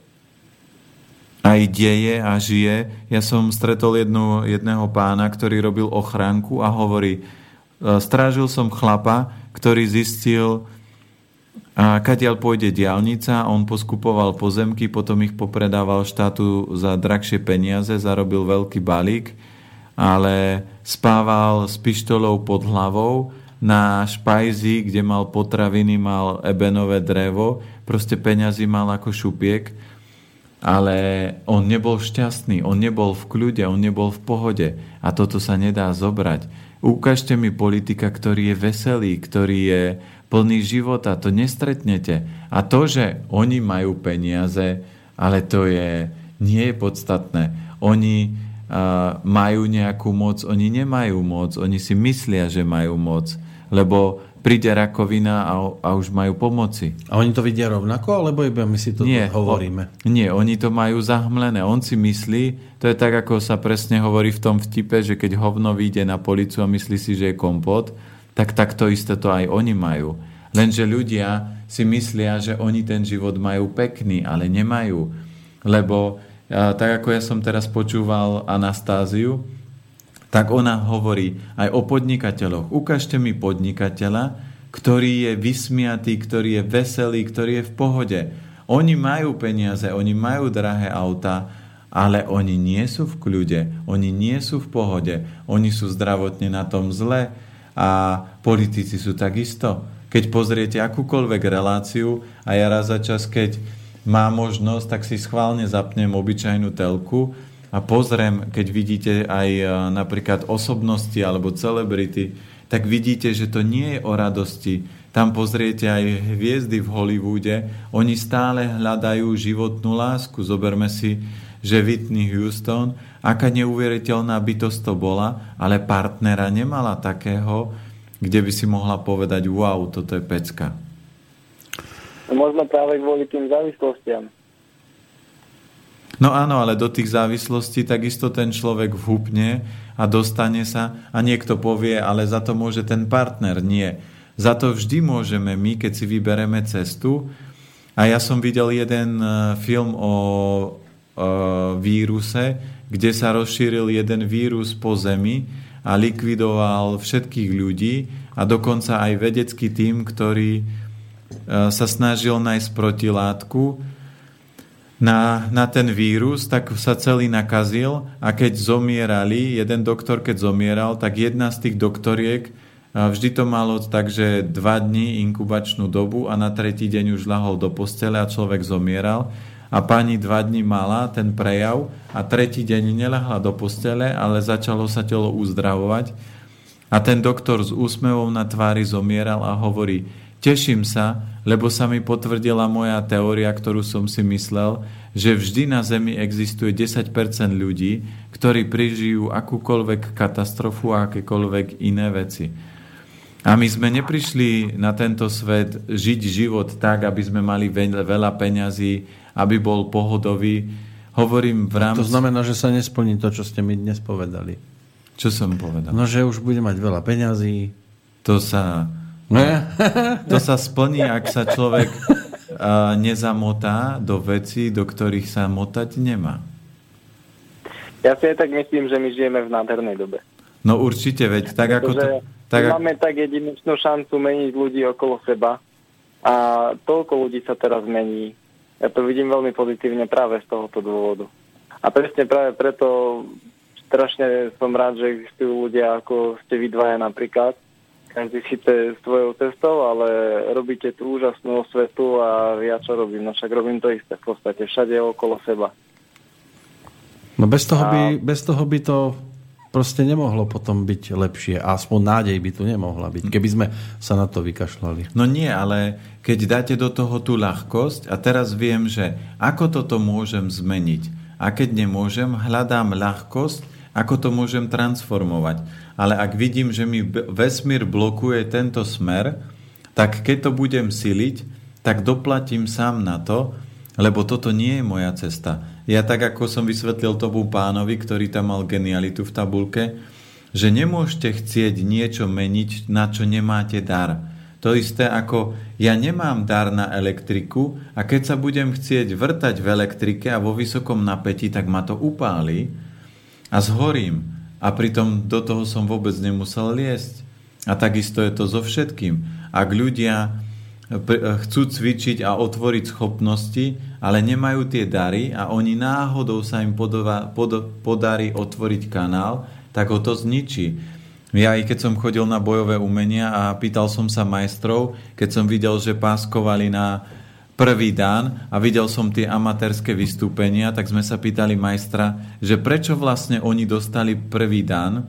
B: aj deje a žije. Ja som stretol jednu, jedného pána, ktorý robil ochránku a hovorí, strážil som chlapa, ktorý zistil, a kadiaľ pôjde diaľnica, on poskupoval pozemky, potom ich popredával štátu za drahšie peniaze, zarobil veľký balík, ale spával s pištolou pod hlavou na špajzi, kde mal potraviny, mal ebenové drevo, proste peňazí mal ako šupiek, ale on nebol šťastný, on nebol v kľude, on nebol v pohode a toto sa nedá zobrať. Ukážte mi politika, ktorý je veselý, ktorý je plný života, to nestretnete. A to, že oni majú peniaze, ale to je, nie je podstatné. Oni uh, majú nejakú moc, oni nemajú moc, oni si myslia, že majú moc, lebo príde rakovina a, a už majú pomoci.
A: A oni to vidia rovnako, alebo iba my si to
B: nie,
A: hovoríme?
B: O, nie, oni to majú zahmlené. On si myslí, to je tak, ako sa presne hovorí v tom vtipe, že keď hovno vyjde na policu a myslí si, že je kompot, tak takto isté to aj oni majú. Lenže ľudia si myslia, že oni ten život majú pekný, ale nemajú. Lebo tak ako ja som teraz počúval Anastáziu, tak ona hovorí aj o podnikateľoch. Ukážte mi podnikateľa, ktorý je vysmiatý, ktorý je veselý, ktorý je v pohode. Oni majú peniaze, oni majú drahé autá, ale oni nie sú v kľude, oni nie sú v pohode, oni sú zdravotne na tom zle a politici sú takisto. Keď pozriete akúkoľvek reláciu a ja raz za čas, keď má možnosť, tak si schválne zapnem obyčajnú telku a pozriem, keď vidíte aj napríklad osobnosti alebo celebrity, tak vidíte, že to nie je o radosti. Tam pozriete aj hviezdy v Hollywoode, oni stále hľadajú životnú lásku. Zoberme si, že Whitney Houston, aká neuveriteľná bytosť to bola, ale partnera nemala takého, kde by si mohla povedať, wow, toto je pecka.
C: Možno práve kvôli tým závislostiam.
B: No áno, ale do tých závislostí takisto ten človek vhupne a dostane sa a niekto povie, ale za to môže ten partner. Nie. Za to vždy môžeme my, keď si vybereme cestu. A ja som videl jeden film o, o víruse, kde sa rozšíril jeden vírus po zemi a likvidoval všetkých ľudí a dokonca aj vedecký tím, ktorý sa snažil nájsť protilátku na, na ten vírus, tak sa celý nakazil a keď zomierali, jeden doktor keď zomieral, tak jedna z tých doktoriek, vždy to malo tak, že dva dni inkubačnú dobu a na tretí deň už ľahol do postele a človek zomieral. A pani dva dni mala ten prejav a tretí deň neľahla do postele, ale začalo sa telo uzdravovať. A ten doktor s úsmevom na tvári zomieral a hovorí, teším sa, lebo sa mi potvrdila moja teória, ktorú som si myslel, že vždy na Zemi existuje desať percent ľudí, ktorí prežijú akúkoľvek katastrofu a akékoľvek iné veci. A my sme neprišli na tento svet žiť život tak, aby sme mali veľa peňazí, aby bol pohodový. Hovorím v rámci...
A: To znamená, že sa nesplní to, čo ste mi dnes povedali.
B: Čo som povedal?
A: No, že už bude mať veľa peňazí.
B: To sa... to sa splní, ak sa človek uh, nezamotá do vecí, do ktorých sa motať nemá.
C: Ja si aj tak myslím, že my žijeme v nádhernej dobe.
B: No určite, veď tak ako to...
C: Tak máme tak jedinečnú šancu meniť ľudí okolo seba a toľko ľudí sa teraz mení. Ja to vidím veľmi pozitívne práve z tohoto dôvodu. A presne práve preto strašne som rád, že existujú ľudia, ako ste vy dvaja napríklad, každý chyté svojou cestou, ale robíte tú úžasnú osvetu a ja čo robím? No však robím to isté v podstate, všade okolo seba.
A: No bez toho,
C: A...
A: by, bez toho by to proste nemohlo potom byť lepšie. A aspoň nádej by tu nemohla byť, keby sme sa na to vykašľali.
B: No nie, ale keď dáte do toho tú ľahkosť a teraz viem, že ako toto môžem zmeniť. A keď nemôžem, hľadám ľahkosť, ako to môžem transformovať. Ale ak vidím, že mi vesmír blokuje tento smer, tak keď to budem siliť, tak doplatím sám na to, lebo toto nie je moja cesta. Ja tak, ako som vysvetlil tomu pánovi, ktorý tam mal genialitu v tabulke, že nemôžete chcieť niečo meniť, na čo nemáte dar. To isté ako ja nemám dar na elektriku a keď sa budem chcieť vrtať v elektrike a vo vysokom napätí, tak ma to upáli a zhorím. A pritom do toho som vôbec nemusel liesť. A takisto je to so všetkým. Ak ľudia chcú cvičiť a otvoriť schopnosti, ale nemajú tie dary a oni náhodou sa im podova, pod, podarí otvoriť kanál, tak ho to zničí. Ja aj keď som chodil na bojové umenia a pýtal som sa majstrov, keď som videl, že páskovali na prvý dan a videl som tie amatérske vystúpenia, tak sme sa pýtali majstra, že prečo vlastne oni dostali prvý dan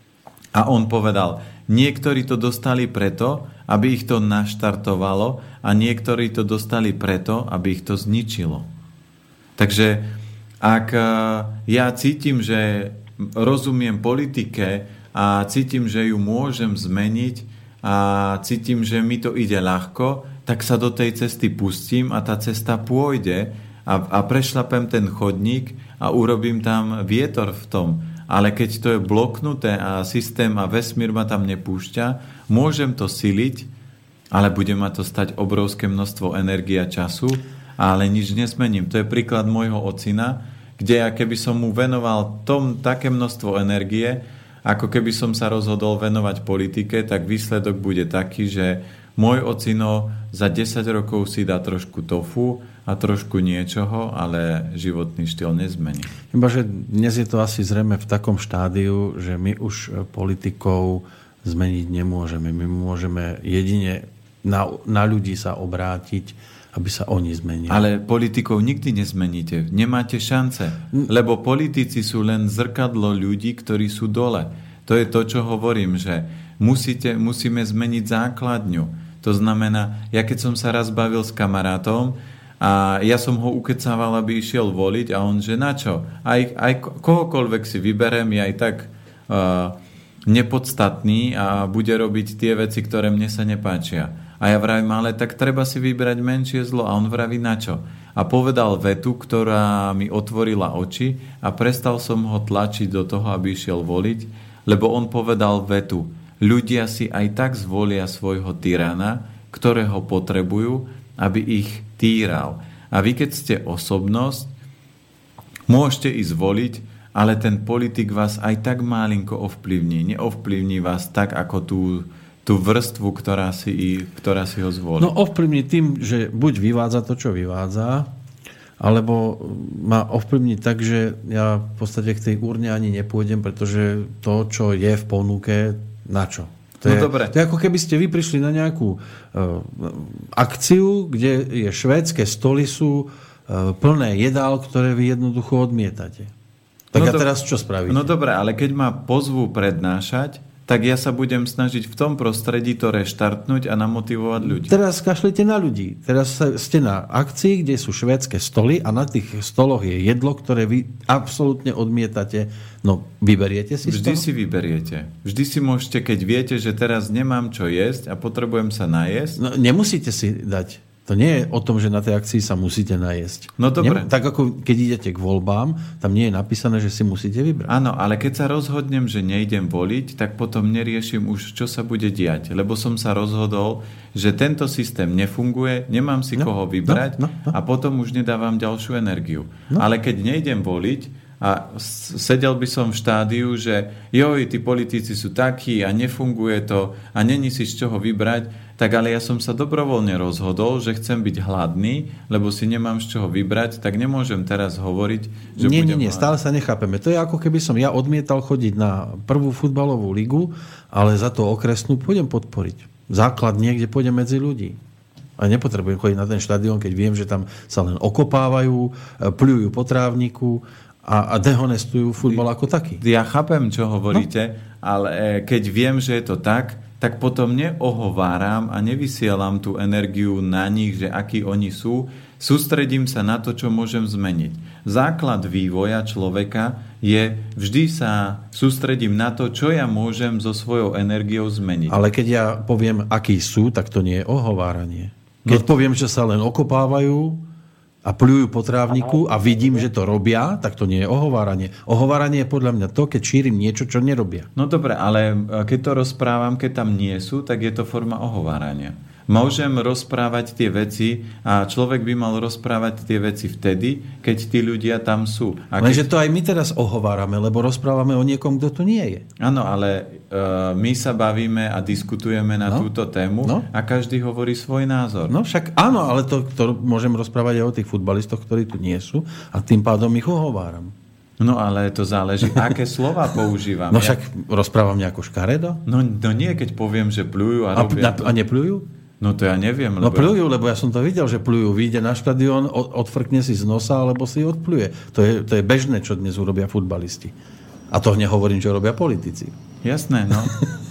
B: a on povedal, niektorí to dostali preto, aby ich to naštartovalo a niektorí to dostali preto, aby ich to zničilo. Takže ak ja cítim, že rozumiem politike a cítim, že ju môžem zmeniť a cítim, že mi to ide ľahko, tak sa do tej cesty pustím a tá cesta pôjde a, a prešlapem ten chodník a urobím tam vietor v tom. Ale keď to je bloknuté a systém a vesmír ma tam nepúšťa, môžem to siliť, ale bude ma to stať obrovské množstvo energie a času, ale nič nesmením. To je príklad môjho ocina, kde ja keby som mu venoval tom také množstvo energie, ako keby som sa rozhodol venovať politike, tak výsledok bude taký, že môj ocino za desať rokov si dá trošku tofu a trošku niečoho, ale životný štýl nezmení.
A: Iba, že dnes je to asi zrejme v takom štádiu, že my už politikov zmeniť nemôžeme. My môžeme jedine na, na ľudí sa obrátiť, aby sa oni zmenili. Ale
B: politikov nikdy nezmeníte. Nemáte šance. Lebo politici sú len zrkadlo ľudí, ktorí sú dole. To je to, čo hovorím, že musíte, musíme zmeniť základňu. To znamená, ja keď som sa raz bavil s kamarátom a ja som ho ukecával, aby išiel voliť a on, že na čo? Aj, aj kohokoľvek si vyberem, je aj tak uh, nepodstatný a bude robiť tie veci, ktoré mne sa nepáčia. A ja vravím, ale tak treba si vybrať menšie zlo. A on vraví, na čo? A povedal vetu, ktorá mi otvorila oči a prestal som ho tlačiť do toho, aby išiel voliť, lebo on povedal vetu, ľudia si aj tak zvolia svojho tyrana, ktorého potrebujú, aby ich týral. A vy, keď ste osobnosť, môžete ísť voliť, ale ten politik vás aj tak málinko ovplyvní. Neovplyvní vás tak, ako tú, tú vrstvu, ktorá si, ktorá si ho zvolí.
A: No ovplyvní tým, že buď vyvádza to, čo vyvádza, alebo ma ovplyvní tak, že ja v podstate k tej urne ani nepôjdem, pretože to, čo je v ponuke, na čo? To je,
B: no dobre.
A: To je ako keby ste vy prišli na nejakú uh, akciu, kde je švédske stoly sú uh, plné jedál, ktoré vy jednoducho odmietate. Tak no a do... teraz čo spravíte?
B: No dobre, ale keď ma pozvú prednášať, tak ja sa budem snažiť v tom prostredí to reštartnúť a namotivovať ľudí.
A: Teraz kašlite na ľudí. Teraz ste na akcii, kde sú švédske stoly a na tých stoloch je jedlo, ktoré vy absolútne odmietate. No, vyberiete si
B: Vždy
A: z toho?
B: si vyberiete. Vždy si môžete, keď viete, že teraz nemám čo jesť a potrebujem sa najesť.
A: No, nemusíte si dať. To nie je o tom, že na tej akcii sa musíte najesť.
B: No dobre.
A: Nem, tak ako keď idete k voľbám, tam nie je napísané, že si musíte vybrať.
B: Áno, ale keď sa rozhodnem, že nejdem voliť, tak potom neriešim už, čo sa bude diať. Lebo som sa rozhodol, že tento systém nefunguje, nemám si no, koho vybrať no, no, no. a potom už nedávam ďalšiu energiu. No. Ale keď nejdem voliť a sedel by som v štádiu, že joj, tí politici sú takí a nefunguje to a není si z čoho vybrať, tak ale ja som sa dobrovoľne rozhodol, že chcem byť hladný, lebo si nemám z čoho vybrať, tak nemôžem teraz hovoriť, že
A: nie,
B: budem
A: nie, nie, stále sa nechápeme. To je ako keby som ja odmietal chodiť na prvú futbalovú ligu, ale za to okresnú pôjdem podporiť. Základ niekde pôjdem medzi ľudí. A nepotrebujem chodiť na ten štadión, keď viem, že tam sa len okopávajú, pľujú po trávniku a, a dehonestujú futbal ako taký.
B: Ja chápem, čo hovoríte, no. Ale keď viem, že je to tak, tak potom neohováram a nevysielam tú energiu na nich, že akí oni sú. Sústredím sa na to, čo môžem zmeniť. Základ vývoja človeka je, vždy sa sústredím na to, čo ja môžem so svojou energiou zmeniť.
A: Ale keď ja poviem, akí sú, tak to nie je ohováranie. Keď no. poviem, že sa len okopávajú a pľujú po trávniku a vidím, že to robia, tak to nie je ohováranie. Ohováranie je podľa mňa to, keď šírim niečo, čo nerobia.
B: No dobre, ale keď to rozprávam, keď tam nie sú, tak je to forma ohovárania. Môžem rozprávať tie veci a človek by mal rozprávať tie veci vtedy, keď tí ľudia tam sú. A keď...
A: Lenže to aj my teraz ohovárame, lebo rozprávame o niekom, kto tu nie je.
B: Áno, ale uh, my sa bavíme a diskutujeme na no? túto tému no? a každý hovorí svoj názor.
A: No však áno, ale to, to môžem rozprávať aj o tých futbalistoch, ktorí tu nie sú a tým pádom ich ohováram.
B: No ale to záleží, aké slova používam.
A: No však ja... rozprávam nejako škaredo?
B: No, no nie, keď poviem, že plujú a robia...
A: A, a neplujú?
B: No to ja neviem.
A: Lebo... No plujú, lebo ja som to videl, že plujú. Vyjde na štadión, odfrkne si z nosa, alebo si odpluje. To je, to je bežné, čo dnes urobia futbalisti. A to nehovorím, čo robia politici.
B: Jasné, no.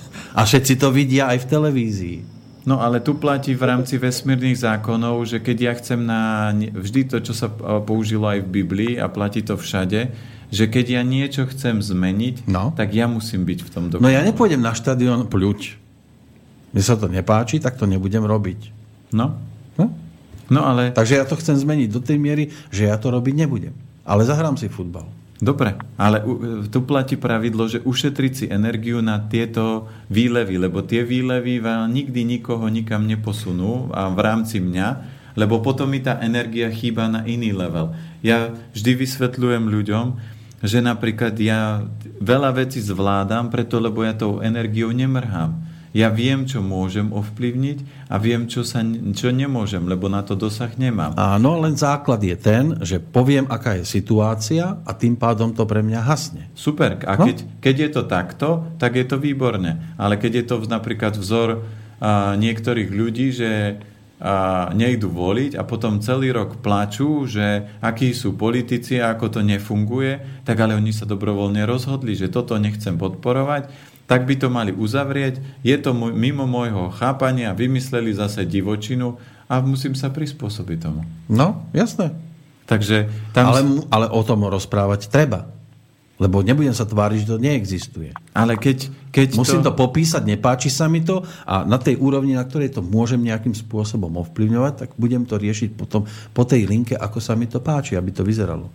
A: A všetci to vidia aj v televízii.
B: No ale tu platí v rámci vesmírnych zákonov, že keď ja chcem na... Vždy to, čo sa použilo aj v Biblii a platí to všade, že keď ja niečo chcem zmeniť, no. tak ja musím byť v tom dokonalom.
A: No ja nepôjdem na štadión pľuť. Mne sa to nepáči, tak to nebudem robiť.
B: No.
A: No?
B: No ale...
A: Takže ja to chcem zmeniť do tej miery, že ja to robiť nebudem. Ale zahrám si futbal.
B: Dobre, ale tu platí pravidlo, že ušetriť si energiu na tieto výlevy, lebo tie výlevy nikdy nikoho nikam neposunú a v rámci mňa, lebo potom mi tá energia chýba na iný level. Ja vždy vysvetľujem ľuďom, že napríklad ja veľa vecí zvládam, preto lebo ja tou energiou nemrhám. Ja viem, čo môžem ovplyvniť a viem, čo, sa, čo nemôžem, lebo na to dosah nemám.
A: Áno, len základ je ten, že poviem, aká je situácia a tým pádom to pre mňa hasne.
B: Super. A no? keď, keď je to takto, tak je to výborné. Ale keď je to napríklad vzor a, niektorých ľudí, že a, nejdu voliť a potom celý rok plačú, že akí sú politici a ako to nefunguje, tak ale oni sa dobrovoľne rozhodli, že toto nechcem podporovať, tak by to mali uzavrieť. Je to mimo môjho chápania, vymysleli zase divočinu a musím sa prispôsobiť tomu.
A: No, jasné.
B: Takže tam...
A: ale, ale o tom rozprávať treba. Lebo nebudem sa tváriť, že to neexistuje.
B: Ale keď, keď
A: musím
B: to...
A: to popísať, nepáči sa mi to a na tej úrovni, na ktorej to môžem nejakým spôsobom ovplyvňovať, tak budem to riešiť potom po tej linke, ako sa mi to páči, aby to vyzeralo.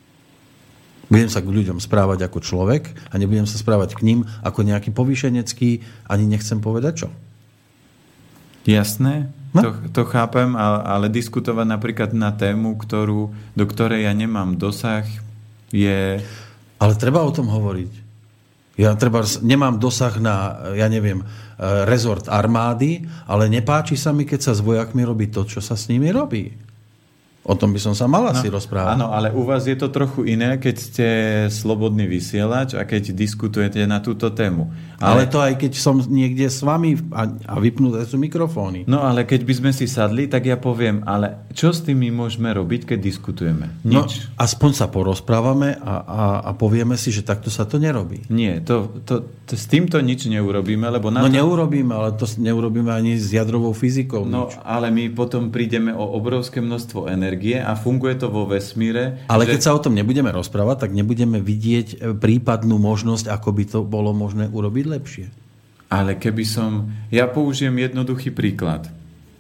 A: Budem sa k ľuďom správať ako človek a nebudem sa správať k ním ako nejaký povýšenecký, ani nechcem povedať čo.
B: Jasné, no? to, to chápem, ale, ale diskutovať napríklad na tému, ktorú, do ktorej ja nemám dosah, je...
A: Ale treba o tom hovoriť. Ja treba, nemám dosah na, ja neviem, rezort armády, ale nepáči sa mi, keď sa s vojakmi robí to, čo sa s nimi robí. O tom by som sa mal asi no, rozprávať.
B: Áno, ale u vás je to trochu iné, keď ste slobodný vysielač a keď diskutujete na túto tému.
A: Ale, ale to aj keď som niekde s vami a, a vypnuté sú mikrofóny.
B: No ale keď by sme si sadli, tak ja poviem, ale čo s tým my môžeme robiť, keď diskutujeme? Nič.
A: No, aspoň sa porozprávame a, a, a povieme si, že takto sa to nerobí.
B: Nie, to, to, to, s týmto nič neurobíme, lebo... Na
A: no
B: to...
A: neurobíme, ale to neurobíme ani s jadrovou fyzikou.
B: No,
A: nič.
B: Ale my potom prídeme o obrovské množstvo energie a funguje to vo vesmíre.
A: Ale
B: že...
A: keď sa o tom nebudeme rozprávať, tak nebudeme vidieť prípadnú možnosť, ako by to bolo možné urobiť lepšie.
B: Ale keby som... Ja použijem jednoduchý príklad.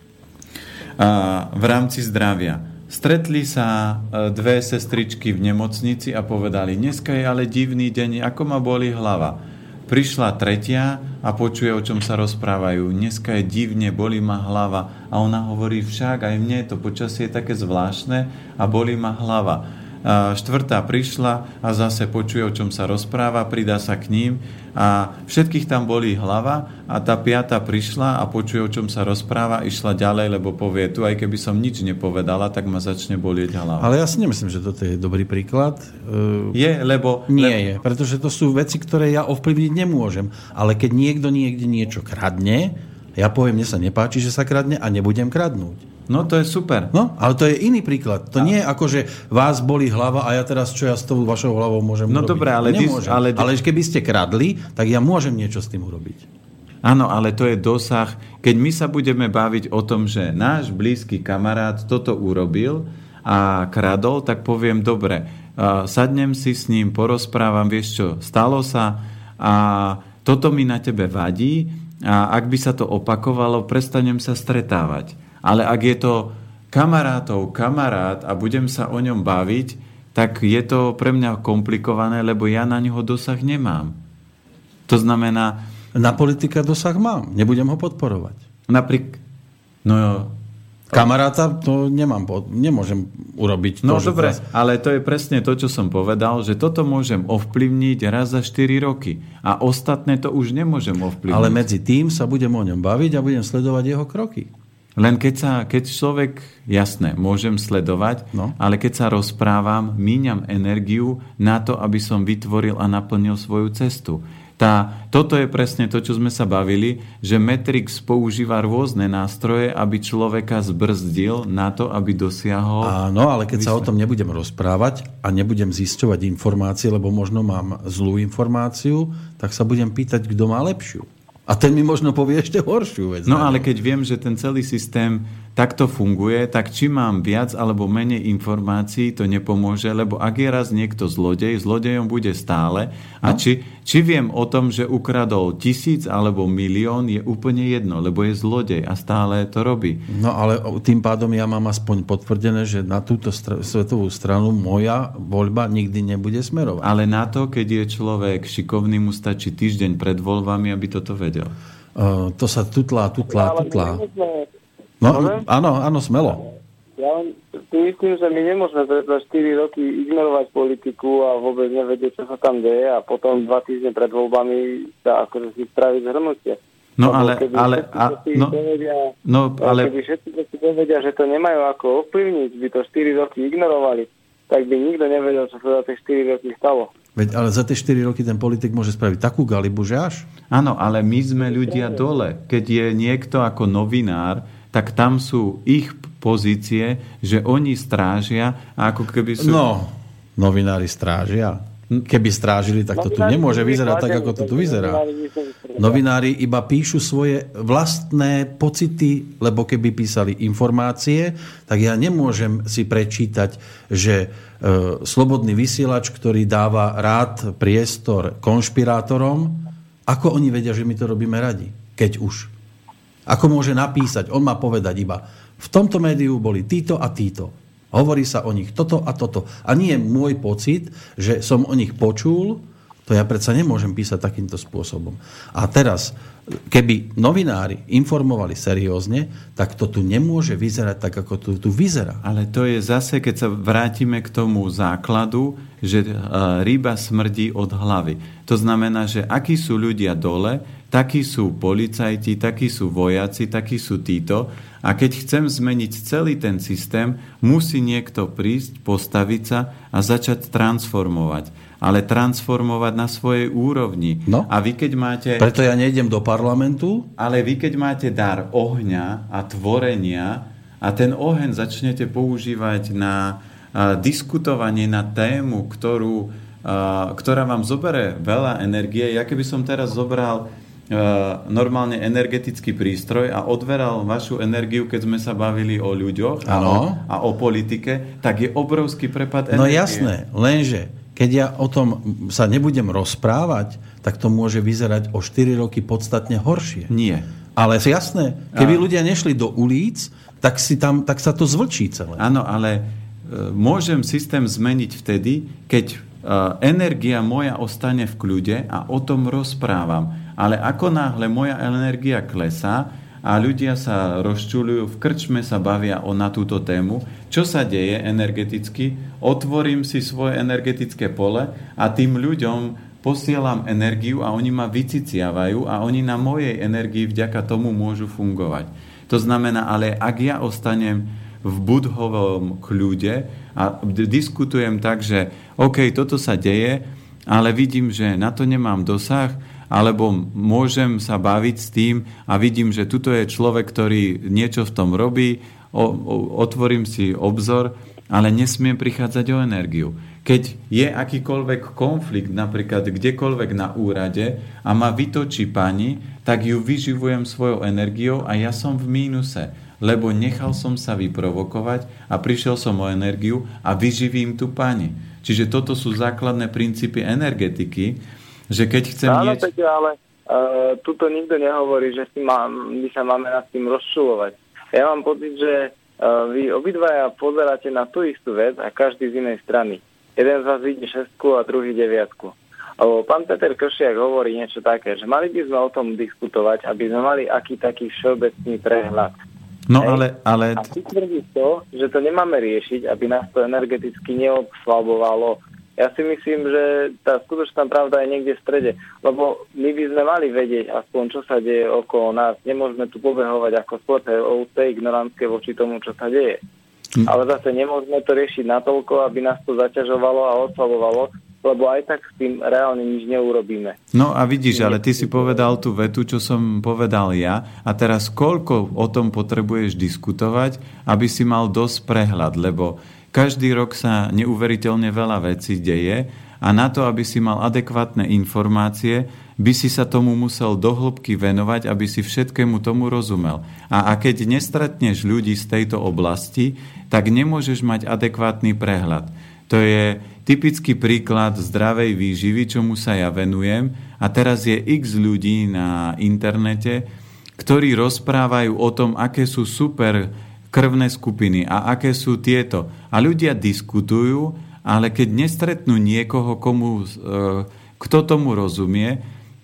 B: A v rámci zdravia. Stretli sa dve sestričky v nemocnici a povedali, dneska je ale divný deň, ako ma boli hlava. Prišla tretia a počuje, o čom sa rozprávajú. Dneska je divne, bolí ma hlava. A ona hovorí, však aj mne to počasie je také zvláštne a bolí ma hlava. štvrtá prišla a zase počuje, o čom sa rozpráva, pridá sa k ním a všetkých tam bolí hlava a tá piata prišla a počuje, o čom sa rozpráva, išla ďalej, lebo povie, tu aj keby som nič nepovedala, tak ma začne bolieť hlava.
A: Ale ja si nemyslím, že toto je dobrý príklad.
B: Je, lebo...
A: Nie
B: lebo...
A: je, pretože to sú veci, ktoré ja ovplyvniť nemôžem. Ale keď niekto niekde niečo kradne, ja poviem, mne sa nepáči, že sa kradne a nebudem kradnúť.
B: No to je super.
A: No, ale to je iný príklad. To a... nie je ako, že vás bolí hlava a ja teraz, čo ja s tou vašou hlavou môžem
B: no,
A: urobiť.
B: No dobré, ale...
A: Nemôžem.
B: Ale...
A: ale keby ste kradli, tak ja môžem niečo s tým urobiť.
B: Áno, ale to je dosah. Keď my sa budeme baviť o tom, že náš blízky kamarát toto urobil a kradol, tak poviem, dobre, sadnem si s ním, porozprávam, vieš čo, stalo sa a toto mi na tebe vadí a ak by sa to opakovalo, prestanem sa stretávať. Ale ak je to kamarátov kamarát a budem sa o ňom baviť, tak je to pre mňa komplikované, lebo ja na ňoho dosah nemám. To znamená...
A: Na politika dosah mám, nebudem ho podporovať.
B: Napríklad... No jo.
A: Kamaráta to nemám, nemôžem urobiť.
B: No
A: to,
B: dobre,
A: teraz...
B: ale to je presne to, čo som povedal, že toto môžem ovplyvniť raz za štyri roky. A ostatné to už nemôžem ovplyvniť.
A: Ale medzi tým sa budem o ňom baviť a budem sledovať jeho kroky.
B: Len keď sa, keď človek, jasné, môžem sledovať, no. Ale keď sa rozprávam, míňam energiu na to, aby som vytvoril a naplnil svoju cestu. Tá, toto je presne to, čo sme sa bavili, že Matrix používa rôzne nástroje, aby človeka zbrzdil na to, aby dosiahol...
A: Áno, ale keď sa o tom nebudem rozprávať a nebudem zisťovať informácie, lebo možno mám zlú informáciu, tak sa budem pýtať, kto má lepšiu. A ten mi možno povie ešte horšiu vec.
B: No ale keď viem, že ten celý systém takto funguje, tak či mám viac alebo menej informácií, to nepomôže, lebo ak je raz niekto zlodej, zlodejom bude stále. A no? či, či viem o tom, že ukradol tisíc alebo milión, je úplne jedno, lebo je zlodej a stále to robí.
A: No ale tým pádom ja mám aspoň potvrdené, že na túto str- svetovú stranu moja voľba nikdy nebude smerovať.
B: Ale na to, keď je človek šikovný, mu stačí týždeň pred voľbami, aby toto vedel.
A: Uh, to sa tutlá, tutlá, tutlá. No, áno, áno, smelo.
C: Ja si myslím, že my nemôžeme za štyri roky ignorovať politiku a vôbec nevedieť, čo sa tam deje a potom dva týždne pred voľbami sa akože si spraviť zhrnutie.
B: No ale, ale, a, no,
C: dovedia,
B: no, ale...
C: Keby všetci si dovedia, že to nemajú ako ovplyvniť, by to štyri roky ignorovali, tak by nikto nevedel, čo sa za tie štyri roky stalo.
A: Veď, ale za tie štyri roky ten politik môže spraviť takú galibu, že až?
B: Áno, ale my sme ľudia dole. Keď je niekto ako novinár, tak tam sú ich pozície, že oni strážia a ako keby sú...
A: No, novinári strážia. Keby strážili, tak to tu nemôže vyzerať tak, ako to tu vyzerá. Novinári iba píšu svoje vlastné pocity, lebo keby písali informácie, tak ja nemôžem si prečítať, že e, slobodný vysielač, ktorý dáva rád priestor konšpirátorom, ako oni vedia, že my to robíme radi, keď už. Ako môže napísať? On má povedať iba, v tomto médiu boli títo a títo. Hovorí sa o nich toto a toto. A nie je môj pocit, že som o nich počul, to ja predsa nemôžem písať takýmto spôsobom. A teraz, keby novinári informovali seriózne, tak to tu nemôže vyzerať tak, ako to tu vyzerá.
B: Ale to je zase, keď sa vrátime k tomu základu, že ryba smrdí od hlavy. To znamená, že akí sú ľudia dole, takí sú policajti, takí sú vojaci, takí sú títo. A keď chcem zmeniť celý ten systém, musí niekto prísť, postaviť sa a začať transformovať. Ale transformovať na svojej úrovni. No. A vy keď máte...
A: Preto ja nejdem do parlamentu.
B: Ale vy keď máte dar ohňa a tvorenia a ten oheň začnete používať na a, diskutovanie na tému, ktorú, a, ktorá vám zobere veľa energie. Ja keby som teraz zobral normálne energetický prístroj a odveral vašu energiu, keď sme sa bavili o ľuďoch a o, a o politike, tak je obrovský prepad energie.
A: No jasné, lenže keď ja o tom sa nebudem rozprávať, tak to môže vyzerať o štyri roky podstatne horšie.
B: Nie.
A: Ale jasné, keby a... ľudia nešli do ulic, tak, si tam, tak sa to zvlčí celé.
B: Áno, ale e, môžem systém zmeniť vtedy, keď e, energia moja ostane v kľude a o tom rozprávam. Ale ako náhle moja energia klesá a ľudia sa rozčuľujú, v krčme sa bavia o, na túto tému. Čo sa deje energeticky? Otvorím si svoje energetické pole a tým ľuďom posielam energiu a oni ma vyciciavajú a oni na mojej energii vďaka tomu môžu fungovať. To znamená, ale ak ja ostanem v budhovom kľude a diskutujem tak, že OK, toto sa deje, ale vidím, že na to nemám dosah, alebo môžem sa baviť s tým a vidím, že tuto je človek, ktorý niečo v tom robí, o, o, otvorím si obzor, ale nesmiem prichádzať o energiu. Keď je akýkoľvek konflikt, napríklad kdekoľvek na úrade a ma vytočí pani, tak ju vyživujem svojou energiou a ja som v mínuse, lebo nechal som sa vyprovokovať a prišiel som o energiu a vyživím tú pani. Čiže toto sú základné princípy energetiky, že keď chcem...
C: Áno,
B: nieč...
C: Peťo, ale uh, tuto nikto nehovorí, že si má, my sa máme nad tým rozčulovať. Ja mám pocit, že uh, vy obidvaja pozeráte na tú istú vec a každý z inej strany. Jeden z vás vidí šestku a druhý deviatku. Lebo pán Peter Kršiak hovorí niečo také, že mali by sme o tom diskutovať, aby sme mali aký taký všeobecný prehľad.
B: No ale, ale...
C: A ty tvrdíš to, že to nemáme riešiť, aby nás to energeticky neobslabovalo. Ja si myslím, že tá skutočná pravda je niekde v strede, lebo my by sme mali vedieť aspoň, čo sa deje okolo nás. Nemôžeme tu pobehovať ako slepé ovce ignorantské voči tomu, čo sa deje. Hm. Ale zase nemôžeme to riešiť natoľko, aby nás to zaťažovalo a oslabovalo, lebo aj tak s tým reálne nič neurobíme.
B: No a vidíš, ale ty si povedal tú vetu, čo som povedal ja, a teraz koľko o tom potrebuješ diskutovať, aby si mal dosť prehľad, lebo každý rok sa neuveriteľne veľa vecí deje a na to, aby si mal adekvátne informácie, by si sa tomu musel do hĺbky venovať, aby si všetkému tomu rozumel. A, a keď nestretneš ľudí z tejto oblasti, tak nemôžeš mať adekvátny prehľad. To je typický príklad zdravej výživy, čomu sa ja venujem. A teraz je x ľudí na internete, ktorí rozprávajú o tom, aké sú super krvné skupiny a aké sú tieto. A ľudia diskutujú, ale keď nestretnú niekoho, komu, kto tomu rozumie,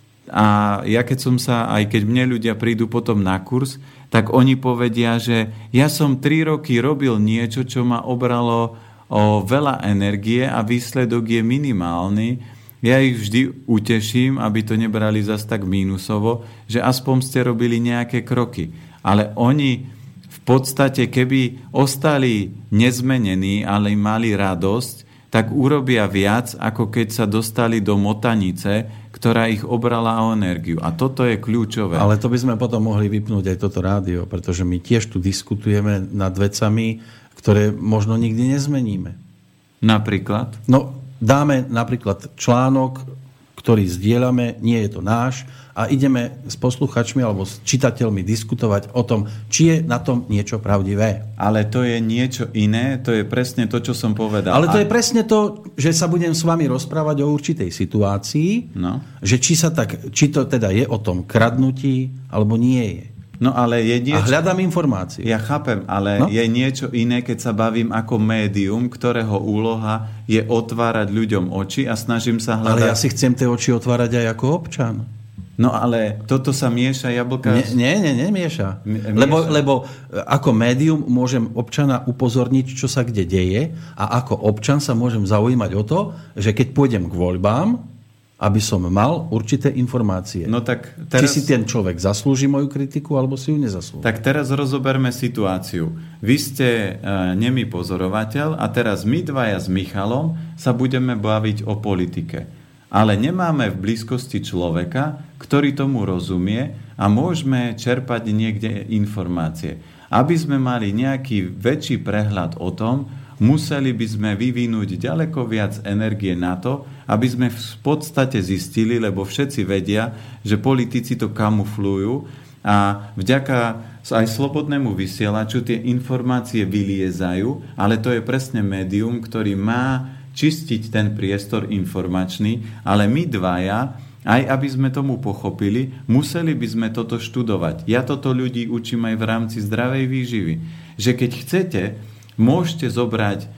B: a ja keď som sa, aj keď mne ľudia prídu potom na kurz, tak oni povedia, že ja som tri roky robil niečo, čo ma obralo o veľa energie a výsledok je minimálny. Ja ich vždy uteším, aby to nebrali zas tak mínusovo, že aspoň ste robili nejaké kroky. Ale oni v podstate, keby ostali nezmenení, ale mali radosť, tak urobia viac, ako keď sa dostali do motanice, ktorá ich obrala o energiu. A toto je kľúčové.
A: Ale to by sme potom mohli vypnúť aj toto rádio, pretože my tiež tu diskutujeme nad vecami, ktoré možno nikdy nezmeníme.
B: Napríklad?
A: No, dáme napríklad článok, ktorý zdieľame, nie je to náš, a ideme s posluchačmi alebo s čitateľmi diskutovať o tom, či je na tom niečo pravdivé.
B: Ale to je niečo iné, to je presne to, čo som povedal.
A: Ale to je presne to, že sa budem s vami rozprávať o určitej situácii,
B: no.
A: že či, sa tak, či to teda je o tom kradnutí, alebo nie je.
B: No ale je niečo...
A: A hľadám informácie.
B: Ja chápem, ale no? je niečo iné, keď sa bavím ako médium, ktorého úloha je otvárať ľuďom oči a snažím sa hľadať...
A: Ale ja si chcem tie oči otvárať aj ako občan.
B: No ale toto sa mieša jablka...
A: Nie, nie, nie, nemieša. Lebo, lebo ako médium môžem občana upozorniť, čo sa kde deje, a ako občan sa môžem zaujímať o to, že keď pôjdem k voľbám, aby som mal určité informácie.
B: No tak teraz...
A: Či si ten človek zaslúži moju kritiku, alebo si ju nezaslúži.
B: Tak teraz rozoberme situáciu. Vy ste e, nemý pozorovateľ a teraz my dvaja s Michalom sa budeme baviť o politike. Ale nemáme v blízkosti človeka, ktorý tomu rozumie a môžeme čerpať niekde informácie. Aby sme mali nejaký väčší prehľad o tom, museli by sme vyvinúť ďaleko viac energie na to, aby sme v podstate zistili, lebo všetci vedia, že politici to kamuflujú a vďaka aj slobodnému vysielaču tie informácie vyliezajú, ale to je presne médium, ktorý má čistiť ten priestor informačný, ale my dvaja, aj aby sme tomu pochopili, museli by sme toto študovať. Ja toto ľudí učím aj v rámci zdravej výživy. Že keď chcete, môžete zobrať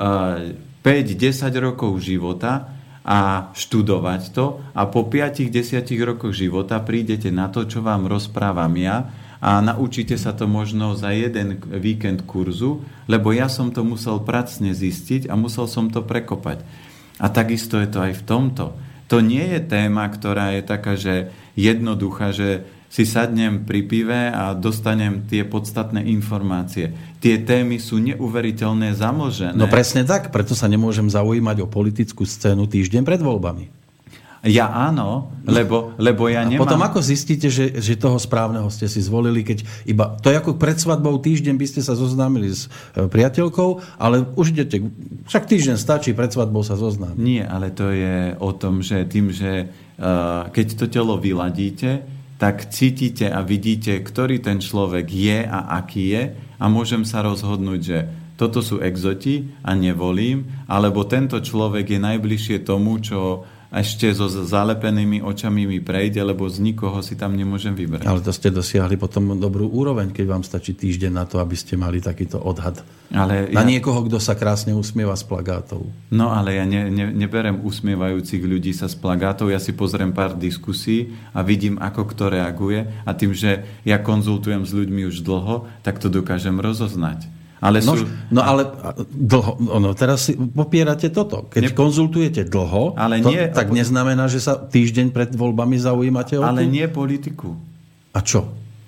B: päť desať rokov života a študovať to a po päť desať rokoch života prídete na to, čo vám rozprávam ja a naučíte sa to možno za jeden víkend kurzu, lebo ja som to musel pracne zistiť a musel som to prekopať. A takisto je to aj v tomto. To nie je téma, ktorá je taká, že jednoduchá, že si sadnem pri pive a dostanem tie podstatné informácie. Tie témy sú neuveriteľne zamožené.
A: No presne tak, preto sa nemôžem zaujímať o politickú scénu týždeň pred voľbami.
B: Ja áno, lebo, lebo ja
A: a
B: nemám...
A: potom ako zistíte, že, že toho správneho ste si zvolili, keď iba... To je ako pred svadbou týždeň by ste sa zoznámili s priateľkou, ale už idete... Však týždeň stačí, pred svadbou sa zoznámiť.
B: Nie, ale to je o tom, že tým, že uh, keď to telo vyladíte, tak cítite a vidíte, ktorý ten človek je a aký je a môžem sa rozhodnúť, že toto sú exoti a nevolím, alebo tento človek je najbližšie tomu, čo ešte so zalepenými očami mi prejde, lebo z nikoho si tam nemôžem vybrať.
A: Ale to ste dosiahli potom dobrú úroveň, keď vám stačí týždeň na to, aby ste mali takýto odhad. Ale na ja... niekoho, kto sa krásne usmieva z plagátov.
B: No ale ja ne, ne, neberem usmievajúcich ľudí sa z plagátov, ja si pozriem pár diskusí a vidím, ako kto reaguje a tým, že ja konzultujem s ľuďmi už dlho, tak to dokážem rozoznať. Ale
A: no,
B: sú...
A: no ale dlho, no, teraz si popierate toto. Keď ne... konzultujete dlho, ale to, nie... tak neznamená, že sa týždeň pred voľbami zaujímate o
B: Ale
A: tým?
B: nie politiku.
A: A čo?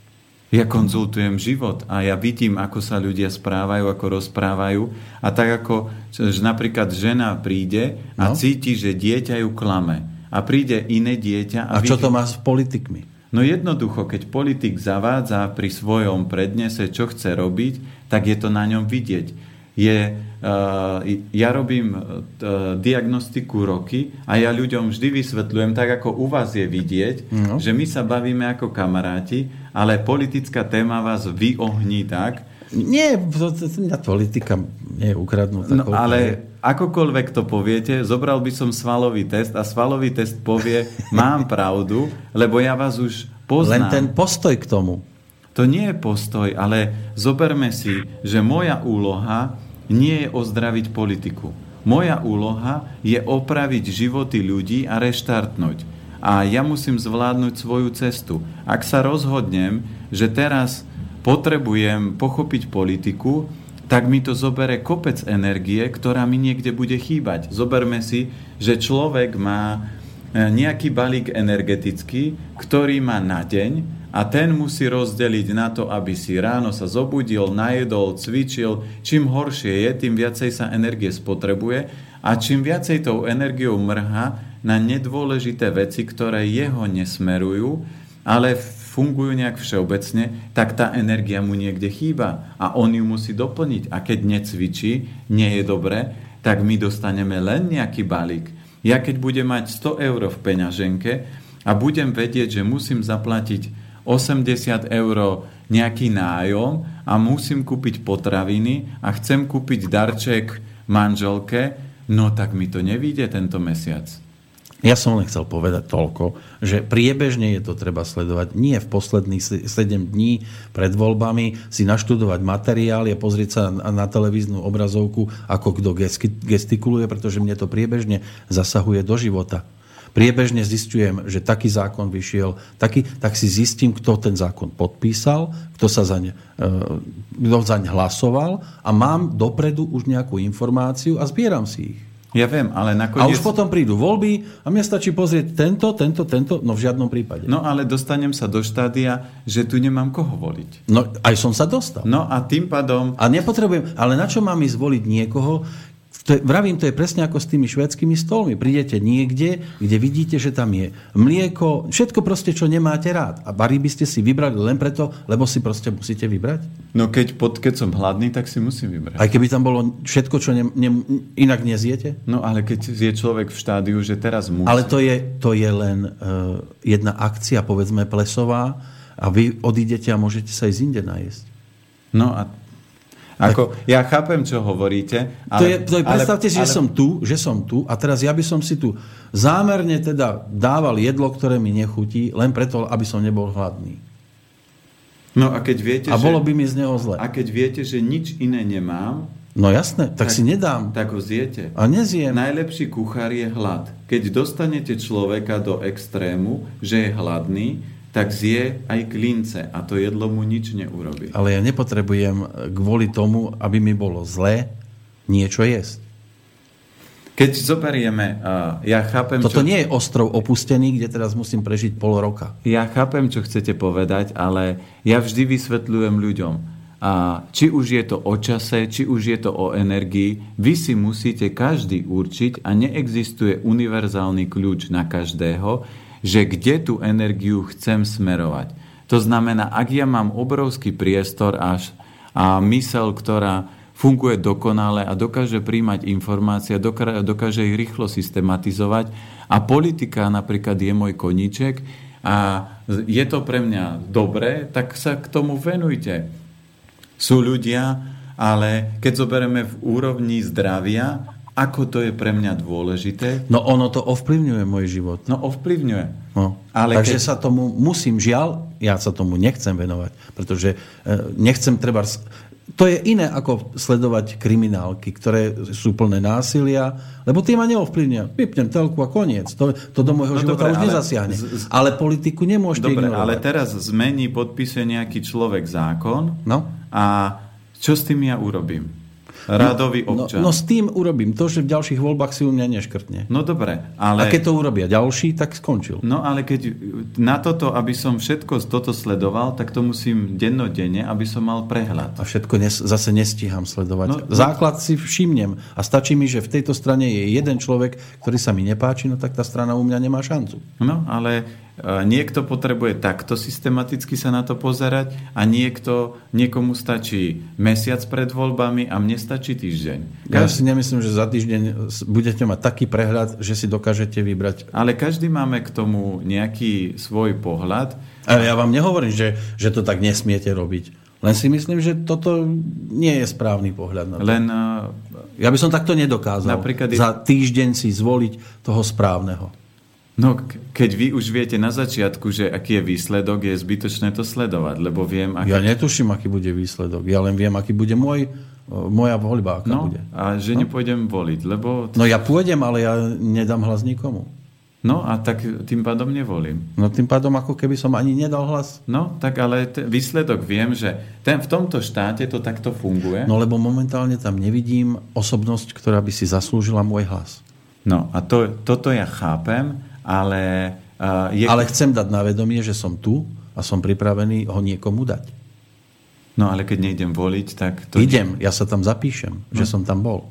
B: Ja konzultujem život a ja vidím, ako sa ľudia správajú, ako rozprávajú. A tak ako že napríklad žena príde a no? cíti, že dieťa ju klame. A príde iné dieťa...
A: A, a čo vidí... to má s politikmi?
B: No jednoducho, keď politik zavádza pri svojom prednese, čo chce robiť, tak je to na ňom vidieť. Je, uh, ja robím uh, diagnostiku roky a ja ľuďom vždy vysvetľujem, tak ako u vás je vidieť, no. že my sa bavíme ako kamaráti, ale politická téma vás vyohní tak.
A: Nie, politika nie je ukradnutá.
B: No, ale akokoľvek to poviete, zobral by som svalový test a svalový test povie, mám pravdu, lebo ja vás už poznám.
A: Len ten postoj k tomu.
B: To nie je postoj, ale zoberme si, že moja úloha nie je ozdraviť politiku. Moja úloha je opraviť životy ľudí a reštartnúť. A ja musím zvládnuť svoju cestu. Ak sa rozhodnem, že teraz potrebujem pochopiť politiku, tak mi to zobere kopec energie, ktorá mi niekde bude chýbať. Zoberme si, že človek má nejaký balík energetický, ktorý má na deň a ten musí rozdeliť na to, aby si ráno sa zobudil, najedol, cvičil. Čím horšie je, tým viacej sa energie spotrebuje a čím viacej tou energiou mrhá na nedôležité veci, ktoré jeho nesmerujú, ale fungujú nejak všeobecne, tak tá energia mu niekde chýba a on ju musí doplniť. A keď necvičí, nie je dobre, tak my dostaneme len nejaký balík. Ja keď budem mať sto eur v peňaženke a budem vedieť, že musím zaplatiť osemdesiat eur nejaký nájom a musím kúpiť potraviny a chcem kúpiť darček manželke, no tak mi to nevyjde tento mesiac.
A: Ja som len chcel povedať toľko, že priebežne je to treba sledovať. Nie v posledných sedem dní pred voľbami si naštudovať materiály a pozrieť sa na, na televíznu obrazovku, ako kto gestikuluje, pretože mne to priebežne zasahuje do života. Priebežne zistujem, že taký zákon vyšiel, taký, tak si zistím, kto ten zákon podpísal, kto sa zaň, kto zaň hlasoval a mám dopredu už nejakú informáciu a zbieram si ich.
B: Ja viem, ale nakoniec...
A: A už potom prídu voľby a mne stačí pozrieť tento, tento, tento, no v žiadnom prípade.
B: No ale dostanem sa do štádia, že tu nemám koho voliť.
A: No aj som sa dostal.
B: No a tým pádom...
A: A nepotrebujem, ale na čo mám ísť voliť niekoho? To je, vravím, to je presne ako s tými švédskymi stolmi. Prídete niekde, kde vidíte, že tam je mlieko, všetko proste, čo nemáte rád. A bari by ste si vybrali len preto, lebo si proste musíte vybrať?
B: No keď, pod, keď som hladný, tak si musím vybrať.
A: Aj keby tam bolo všetko, čo ne, ne, inak nezjete?
B: No ale keď je človek v štádiu, že teraz musí...
A: Ale to je, to je len uh, jedna akcia, povedzme plesová, a vy odídete a môžete sa ísť inde najesť.
B: No a Ako, ja chápem, čo hovoríte. Ale,
A: to je, to je, predstavte
B: ale,
A: si, že,
B: ale...
A: som tu, že som tu a teraz ja by som si tu zámerne teda dával jedlo, ktoré mi nechutí, len preto, aby som nebol hladný.
B: No a keď viete,
A: a bolo by mi z neho zle.
B: A keď viete, že nič iné nemám,
A: no jasné, tak, tak si nedám.
B: Tak ho zjete.
A: A nezjem.
B: Najlepší kuchár je hlad. Keď dostanete človeka do extrému, že je hladný, tak zje aj klince a to jedlo mu nič neurobí.
A: Ale ja nepotrebujem kvôli tomu, aby mi bolo zlé, niečo jesť.
B: Keď zoberieme, uh, ja chápem...
A: Toto
B: čo...
A: nie je ostrov opustený, kde teraz musím prežiť pol roka.
B: Ja chápem, čo chcete povedať, ale ja vždy vysvetľujem ľuďom. A či už je to o čase, či už je to o energii, vy si musíte každý určiť a neexistuje univerzálny kľúč na každého, že kde tú energiu chcem smerovať. To znamená, ak ja mám obrovský priestor až a myseľ, ktorá funguje dokonale a dokáže príjmať informácie, dokáže ich rýchlo systematizovať a politika napríklad je môj koníček a je to pre mňa dobré, tak sa k tomu venujte. Sú ľudia, ale keď zoberieme v úrovni zdravia, ako to je pre mňa dôležité?
A: No ono to ovplyvňuje môj život.
B: No ovplyvňuje.
A: No.
B: Ale
A: Takže
B: keď...
A: sa tomu musím, žiaľ, ja sa tomu nechcem venovať, pretože nechcem treba... To je iné ako sledovať kriminálky, ktoré sú plné násilia, lebo tie ma neovplyvnia. Vypnem telku a koniec. To, to do môjho no života dobre, už ale nezasiahne. Z, z... Ale politiku nemôžete
B: dobre,
A: ignorovať.
B: Ale teraz zmení, podpíše nejaký človek zákon
A: no?
B: a čo s tým ja urobím? Radový občan.
A: No, no s tým urobím to, že v ďalších voľbách si u mňa neškrtne.
B: No dobre, ale...
A: A keď to urobia ďalší, tak skončil.
B: No ale keď na toto, aby som všetko toto sledoval, tak to musím dennodenne, aby som mal prehľad.
A: A všetko nes, zase nestíham sledovať.
B: No,
A: Základ si všimnem a stačí mi, že v tejto strane je jeden človek, ktorý sa mi nepáči, no tak tá strana u mňa nemá šancu.
B: No, ale niekto potrebuje takto systematicky sa na to pozerať a niekto, niekomu stačí mesiac pred voľbami a mne stačí týždeň.
A: Každý... Ja si nemyslím, že za týždeň budete mať taký prehľad, že si dokážete vybrať.
B: Ale každý máme k tomu nejaký svoj pohľad.
A: Ale ja vám nehovorím, že, že to tak nesmiete robiť. Len si myslím, že toto nie je správny pohľad na to.
B: Len,
A: ja by som takto nedokázal
B: napríklad
A: za týždeň si zvoliť toho správneho.
B: No, keď vy už viete na začiatku, že aký je výsledok, je zbytočné to sledovať, lebo viem... Aký...
A: Ja netuším, aký bude výsledok. Ja len viem, aký bude môj, moja voľba, aká
B: no,
A: bude.
B: A že no? nepôjdem voliť, lebo...
A: No ja pôjdem, ale ja nedám hlas nikomu.
B: No a tak tým pádom nevolím.
A: No tým pádom, ako keby som ani nedal hlas.
B: No, tak ale t- výsledok viem, že ten, v tomto štáte to takto funguje.
A: No lebo momentálne tam nevidím osobnosť, ktorá by si zaslúžila môj hlas.
B: No a to, toto ja chápem, ale... Uh, je...
A: Ale chcem dať na vedomie, že som tu a som pripravený ho niekomu dať.
B: No ale keď nejdem voliť, tak... To...
A: Idem, ja sa tam zapíšem, no. že som tam bol.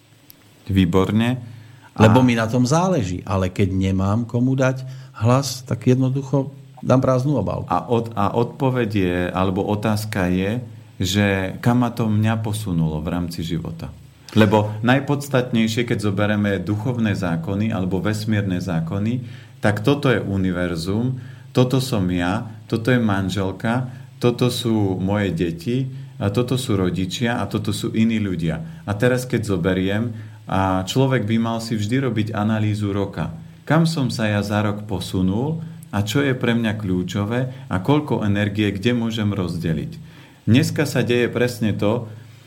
B: Výborne. A...
A: Lebo mi na tom záleží, ale keď nemám komu dať hlas, tak jednoducho dám prázdnu obálku.
B: A, od, a odpoveď je, alebo otázka je, že kam ma to mňa posunulo v rámci života. Lebo najpodstatnejšie, keď zoberieme duchovné zákony alebo vesmírne zákony, tak toto je univerzum, toto som ja, toto je manželka, toto sú moje deti, a toto sú rodičia a toto sú iní ľudia. A teraz, keď zoberiem, a človek by mal si vždy robiť analýzu roka. Kam som sa ja za rok posunul a čo je pre mňa kľúčové a koľko energie kde môžem rozdeliť. Dneska sa deje presne to,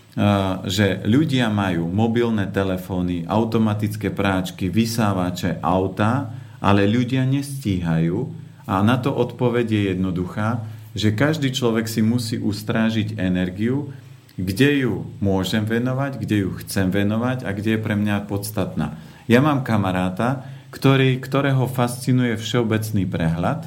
B: že ľudia majú mobilné telefóny, automatické práčky, vysávače, auta, ale ľudia nestíhajú a na to odpoveď je jednoduchá, že každý človek si musí ustrážiť energiu, kde ju môžem venovať, kde ju chcem venovať a kde je pre mňa podstatná. Ja mám kamaráta, ktorý, ktorého fascinuje všeobecný prehľad,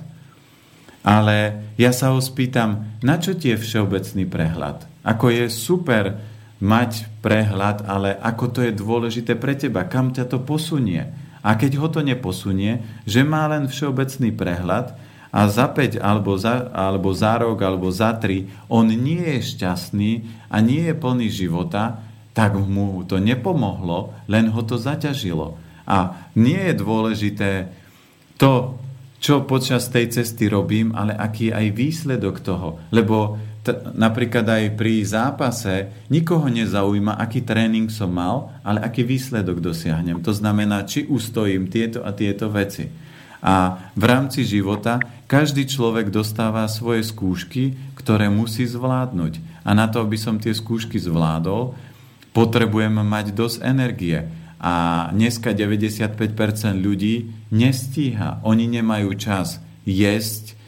B: ale ja sa ho spýtam, na čo ti je všeobecný prehľad? Ako je super mať prehľad, ale ako to je dôležité pre teba, kam ťa to posunie. A keď ho to neposunie, že má len všeobecný prehľad a za päť alebo za, alebo za rok alebo za tri on nie je šťastný a nie je plný života, tak mu to nepomohlo, len ho to zaťažilo. A nie je dôležité to, čo počas tej cesty robím, ale aký je aj výsledok toho. Lebo T- napríklad aj pri zápase nikoho nezaujíma, aký tréning som mal, ale aký výsledok dosiahnem. To znamená, či ustojím tieto a tieto veci. A v rámci života každý človek dostáva svoje skúšky, ktoré musí zvládnuť. A na to, aby som tie skúšky zvládol, potrebujem mať dosť energie. A dneska deväťdesiatpäť percent ľudí nestíha. Oni nemajú čas jesť,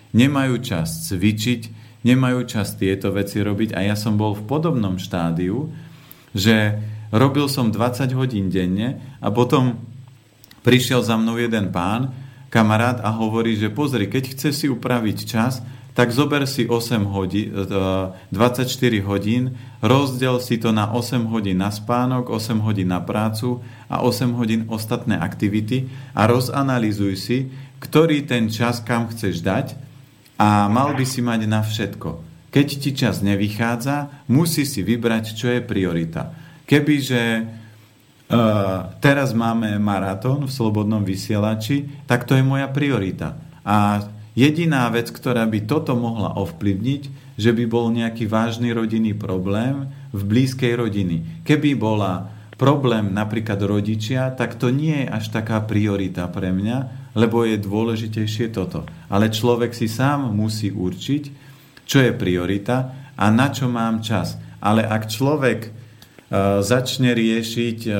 B: nemajú čas cvičiť, nemajú čas tieto veci robiť a ja som bol v podobnom štádiu, že robil som dvadsať hodín denne a potom prišiel za mnou jeden pán, kamarát a hovorí, že pozri, keď chce si upraviť čas, tak zober si osem hodín, dvadsaťštyri hodín, rozdiel si to na osem hodín na spánok, osem hodín na prácu a osem hodín ostatné aktivity a rozanalýzuj si, ktorý ten čas kam chceš dať a mal by si mať na všetko. Keď ti čas nevychádza, musí si vybrať, čo je priorita. Kebyže uh, teraz máme maratón v Slobodnom vysielači, tak to je moja priorita. A jediná vec, ktorá by toto mohla ovplyvniť, že by bol nejaký vážny rodinný problém v blízkej rodiny. Keby bola problém napríklad rodičia, tak to nie je až taká priorita pre mňa, lebo je dôležitejšie toto. Ale človek si sám musí určiť, čo je priorita a na čo mám čas. Ale ak človek uh, začne riešiť uh,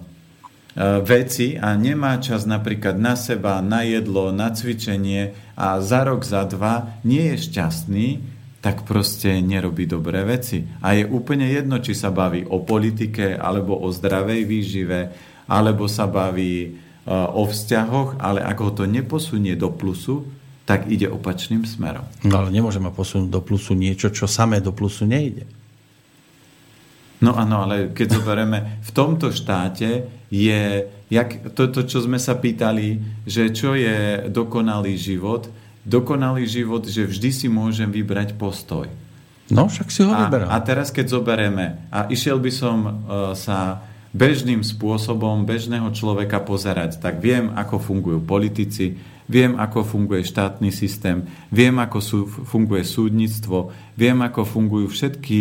B: veci a nemá čas napríklad na seba, na jedlo, na cvičenie a za rok, za dva nie je šťastný, tak proste nerobí dobré veci. A je úplne jedno, či sa baví o politike, alebo o zdravej výžive, alebo sa baví uh, o vzťahoch, ale ak ho to neposunie do plusu, tak ide opačným smerom.
A: No ale nemôžeme posunúť do plusu niečo, čo samé do plusu nejde.
B: No áno, ale keď zoberieme, v tomto štáte je, jak, toto, čo sme sa pýtali, že čo je dokonalý život, dokonalý život, že vždy si môžem vybrať postoj.
A: No, však si ho vyberám.
B: A, a teraz, keď zoberieme, a išiel by som uh, sa bežným spôsobom bežného človeka pozerať, tak viem, ako fungujú politici, viem, ako funguje štátny systém, viem, ako sú, funguje súdnictvo, viem, ako fungujú všetky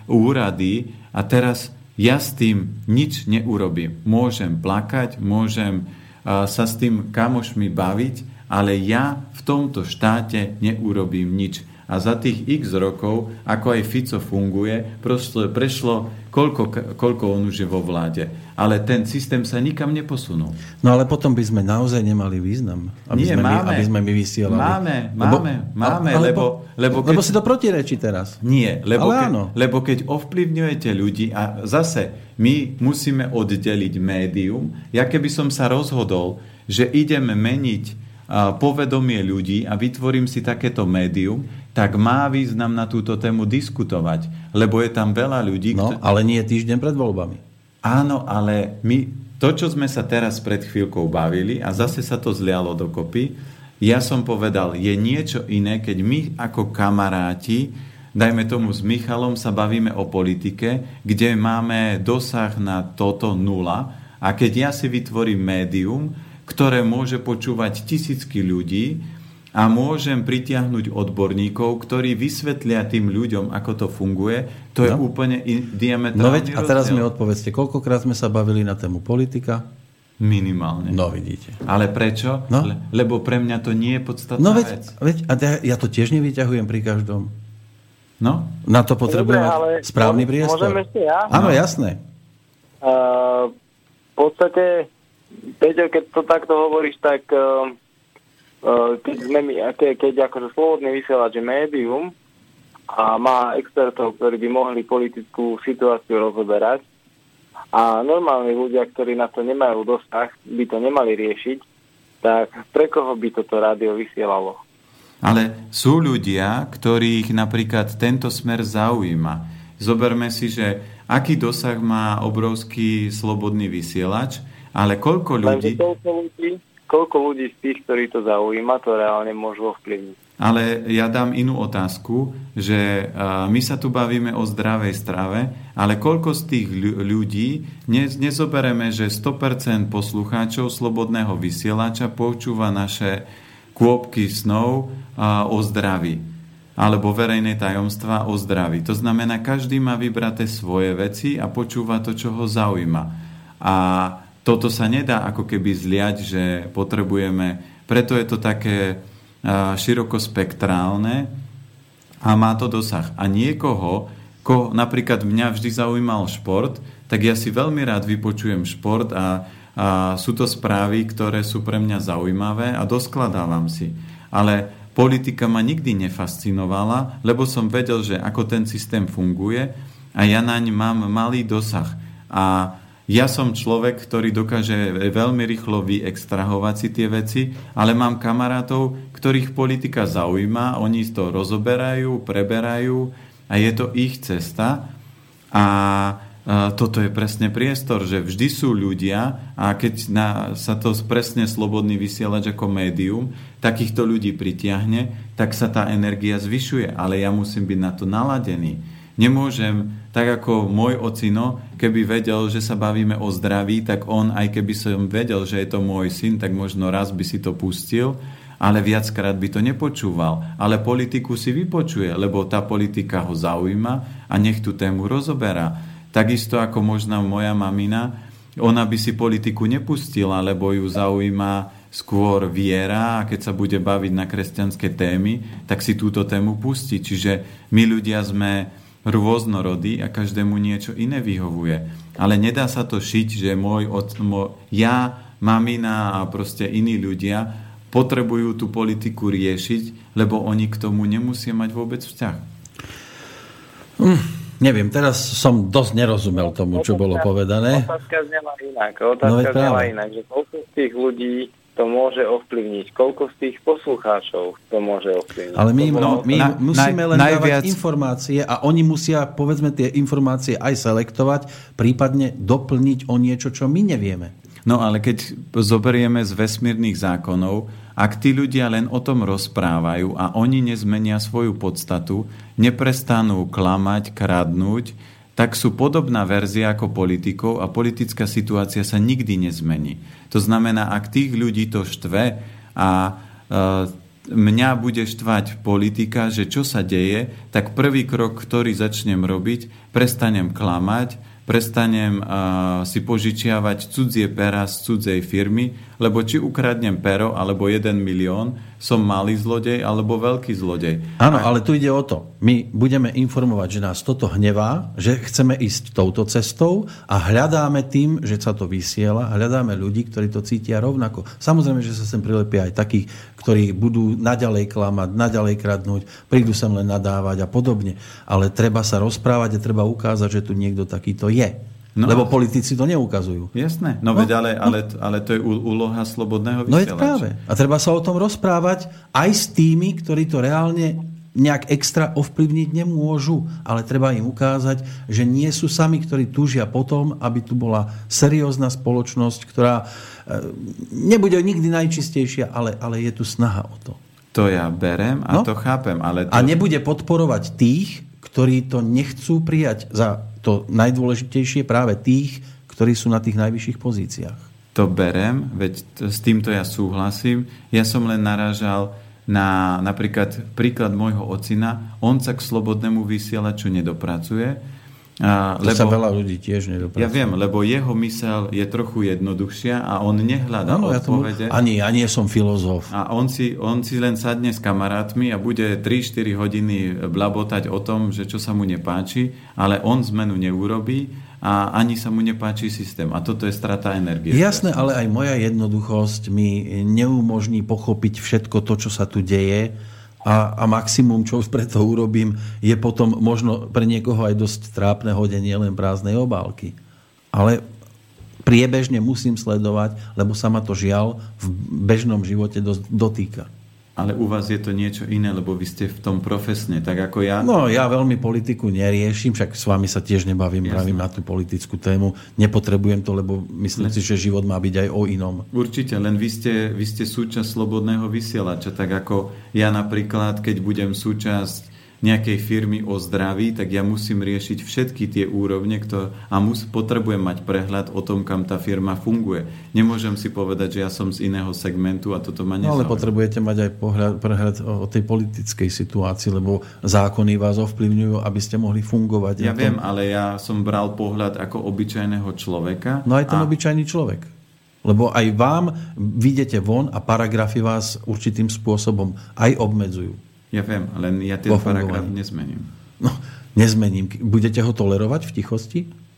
B: úrady a teraz ja s tým nič neurobím. Môžem plakať, môžem uh, sa s tým kamošmi baviť, ale ja v tomto štáte neurobím nič. A za tých x rokov, ako aj Fico funguje, prešlo, prešlo koľko, koľko on už je vo vláde. Ale ten systém sa nikam neposunul.
A: No ale potom by sme naozaj nemali význam. Aby
B: Nie,
A: sme
B: máme.
A: My, aby sme my vysielali.
B: Máme, máme, lebo, máme. Ale, lebo, lebo, keď,
A: lebo si to protirečí teraz.
B: Nie, lebo,
A: ale
B: ke,
A: áno.
B: lebo keď ovplyvňujete ľudí a zase my musíme oddeliť médium. Ja keby som sa rozhodol, že ideme meniť povedomie ľudí a vytvorím si takéto médium, tak má význam na túto tému diskutovať, lebo je tam veľa ľudí.
A: No,
B: kto...
A: ale nie týždeň pred voľbami.
B: Áno, ale my, to, čo sme sa teraz pred chvíľkou bavili a zase sa to zlialo dokopy, ja som povedal, je niečo iné, keď my ako kamaráti, dajme tomu s Michalom, sa bavíme o politike, kde máme dosah na toto nula a keď ja si vytvorím médium, ktoré môže počúvať tisícky ľudí a môžem pritiahnuť odborníkov, ktorí vysvetlia tým ľuďom, ako to funguje, to no. je úplne diametrálny
A: No veď, a teraz
B: rozdiel.
A: mi odpovedzte, koľkokrát sme sa bavili na tému politika?
B: Minimálne.
A: No vidíte.
B: Ale prečo?
A: No?
B: Le, lebo pre mňa to nie je podstatná
A: No veď,
B: vec.
A: veď a ja to tiež nevyťahujem pri každom.
B: No?
A: Na to potrebujeme
C: Dobre, ale
A: správny priestor.
C: Môžem ešte ja?
A: Áno,
B: No.
A: jasné.
C: Uh, v podstate Peťo, keď to takto hovoríš, tak uh, uh, keď, sme my, keď, keď akože Slobodný vysielač je médium a má expertov, ktorí by mohli politickú situáciu rozoberať a normálni ľudia, ktorí na to nemajú dosah, by to nemali riešiť, tak pre koho by toto rádio vysielalo?
B: Ale sú ľudia, ktorých napríklad tento smer zaujíma. Zoberme si, že aký dosah má obrovský Slobodný vysielač, ale koľko ľudí...
C: Koľko ľudí, koľko ľudí z tých, ktorí to zaujíma, to reálne môžu ovplyvniť.
B: Ale ja dám inú otázku, že my sa tu bavíme o zdravej strave, ale koľko z tých ľudí, nezobereme, že sto percent poslucháčov Slobodného vysielača počúva naše kôpky snov o zdraví, alebo verejné tajomstvá o zdraví. To znamená, každý má vybraté svoje veci a počúva to, čo ho zaujíma. A toto sa nedá ako keby zliať, že potrebujeme, preto je to také širokospektrálne a má to dosah. A niekoho, ko napríklad mňa vždy zaujímal šport, tak ja si veľmi rád vypočujem šport a, a sú to správy, ktoré sú pre mňa zaujímavé a doskladávam si. Ale politika ma nikdy nefascinovala, lebo som vedel, že ako ten systém funguje a ja naň mám malý dosah. A ja som človek, ktorý dokáže veľmi rýchlo vyextrahovať si tie veci, ale mám kamarátov, ktorých politika zaujíma, oni to rozoberajú, preberajú a je to ich cesta. A toto je presne priestor, že vždy sú ľudia a keď na, sa to presne slobodný vysielač ako médium takýchto ľudí pritiahne, tak sa tá energia zvyšuje, ale ja musím byť na to naladený. Nemôžem, tak ako môj ocino, keby vedel, že sa bavíme o zdraví, tak on, aj keby som vedel, že je to môj syn, tak možno raz by si to pustil, ale viackrát by to nepočúval. Ale politiku si vypočuje, lebo tá politika ho zaujíma a nech tú tému rozoberá. Takisto ako možno moja mamina, ona by si politiku nepustila, lebo ju zaujíma skôr viera a keď sa bude baviť na kresťanské témy, tak si túto tému pustí. Čiže my ľudia sme rôznorodí a každému niečo iné vyhovuje. Ale nedá sa to šiť, že môj, môj, ja, mamina a proste iní ľudia potrebujú tú politiku riešiť, lebo oni k tomu nemusia mať vôbec vzťah.
A: Mm. Neviem, teraz som dosť nerozumel tomu, čo bolo povedané.
C: Otázka znela inak. Otázka no znela inak, že koľko z tých ľudí to môže ovplyvniť, koľko z tých poslucháčov to môže ovplyvniť.
A: Ale my, no, my na, musíme len
B: najviac...
A: dávať informácie a oni musia, povedzme, tie informácie aj selektovať, prípadne doplniť o niečo, čo my nevieme.
B: No ale keď zoberieme z vesmírnych zákonov, ak tí ľudia len o tom rozprávajú a oni nezmenia svoju podstatu, neprestanú klamať, kradnúť, tak sú podobná verzia ako politikov a politická situácia sa nikdy nezmení. To znamená, ak tých ľudí to štve a e, mňa bude štvať politika, že čo sa deje, tak prvý krok, ktorý začnem robiť, prestanem klamať, prestanem uh, si požičiavať cudzie pera z cudzej firmy, lebo či ukradnem pero alebo jeden milión, som malý zlodej alebo veľký zlodej.
A: Áno, ale tu ide o to. My budeme informovať, že nás toto hnevá, že chceme ísť touto cestou a hľadáme tým, že sa to vysiela, hľadáme ľudí, ktorí to cítia rovnako. Samozrejme, že sa sem prilepia aj takí, ktorí budú naďalej klamať, naďalej kradnúť, prídu sem len nadávať a podobne. Ale treba sa rozprávať a treba ukázať, že tu niekto takýto je. No, lebo politici to neukazujú.
B: Jasné, no, no veď ale, ale, ale to je úloha slobodného vysielača.
A: No je práve. A treba sa o tom rozprávať aj s tými, ktorí to reálne nejak extra ovplyvniť nemôžu. Ale treba im ukázať, že nie sú sami, ktorí túžia potom, aby tu bola seriózna spoločnosť, ktorá nebude nikdy najčistejšia, ale, ale je tu snaha o to.
B: To ja berem a no? to chápem. Ale to...
A: A nebude podporovať tých, ktorí to nechcú prijať za to najdôležitejšie, práve tých, ktorí sú na tých najvyšších pozíciách.
B: To berem, veď to, s týmto ja súhlasím. Ja som len narážal na napríklad príklad môjho ocina. On sa k slobodnému vysielaču nedopracuje. A,
A: to
B: lebo,
A: sa veľa ľudí tiež nedopracuje.
B: Ja viem, lebo jeho myseľ je trochu jednoduchšia a on nehľadá no, odpovede.
A: Ja tomu, ani ja nie som filozof.
B: A on si, on si len sadne s kamarátmi a bude tri štyri hodiny blabotať o tom, že čo sa mu nepáči, ale on zmenu neurobí a ani sa mu nepáči systém. A toto je strata energie.
A: Jasné, ale aj moja jednoduchosť mi neumožní pochopiť všetko to, čo sa tu deje. A, a maximum, čo preto urobím, je potom možno pre niekoho aj dosť trápne hodenie len prázdnej obálky. Ale priebežne musím sledovať, lebo sa ma to žiaľ v bežnom živote dosť dotýka.
B: Ale u vás je to niečo iné, lebo vy ste v tom profesne, tak ako ja.
A: No, ja veľmi politiku neriešim, však s vami sa tiež nebavím, pravím na tú politickú tému. Nepotrebujem to, lebo myslím len... si, že život má byť aj o inom.
B: Určite, len vy ste, vy ste súčasť slobodného vysielača, tak ako ja napríklad, keď budem súčasť nejakej firmy o zdraví, tak ja musím riešiť všetky tie úrovne, kto, a mus, potrebujem mať prehľad o tom, kam tá firma funguje. Nemôžem si povedať, že ja som z iného segmentu a toto ma nezaujíma. No ale potrebujete mať aj pohľad, prehľad o, o tej politickej situácii, lebo zákony vás ovplyvňujú, aby ste mohli fungovať. Ja viem, ale ja som bral pohľad ako obyčajného človeka.
A: No aj ten
B: a...
A: obyčajný človek. Lebo aj vám vyjdete von a paragrafy vás určitým spôsobom aj obmedzujú.
B: Ja viem, len ja ten paragraf nezmením.
A: No, nezmením. Budete ho tolerovať v tichosti?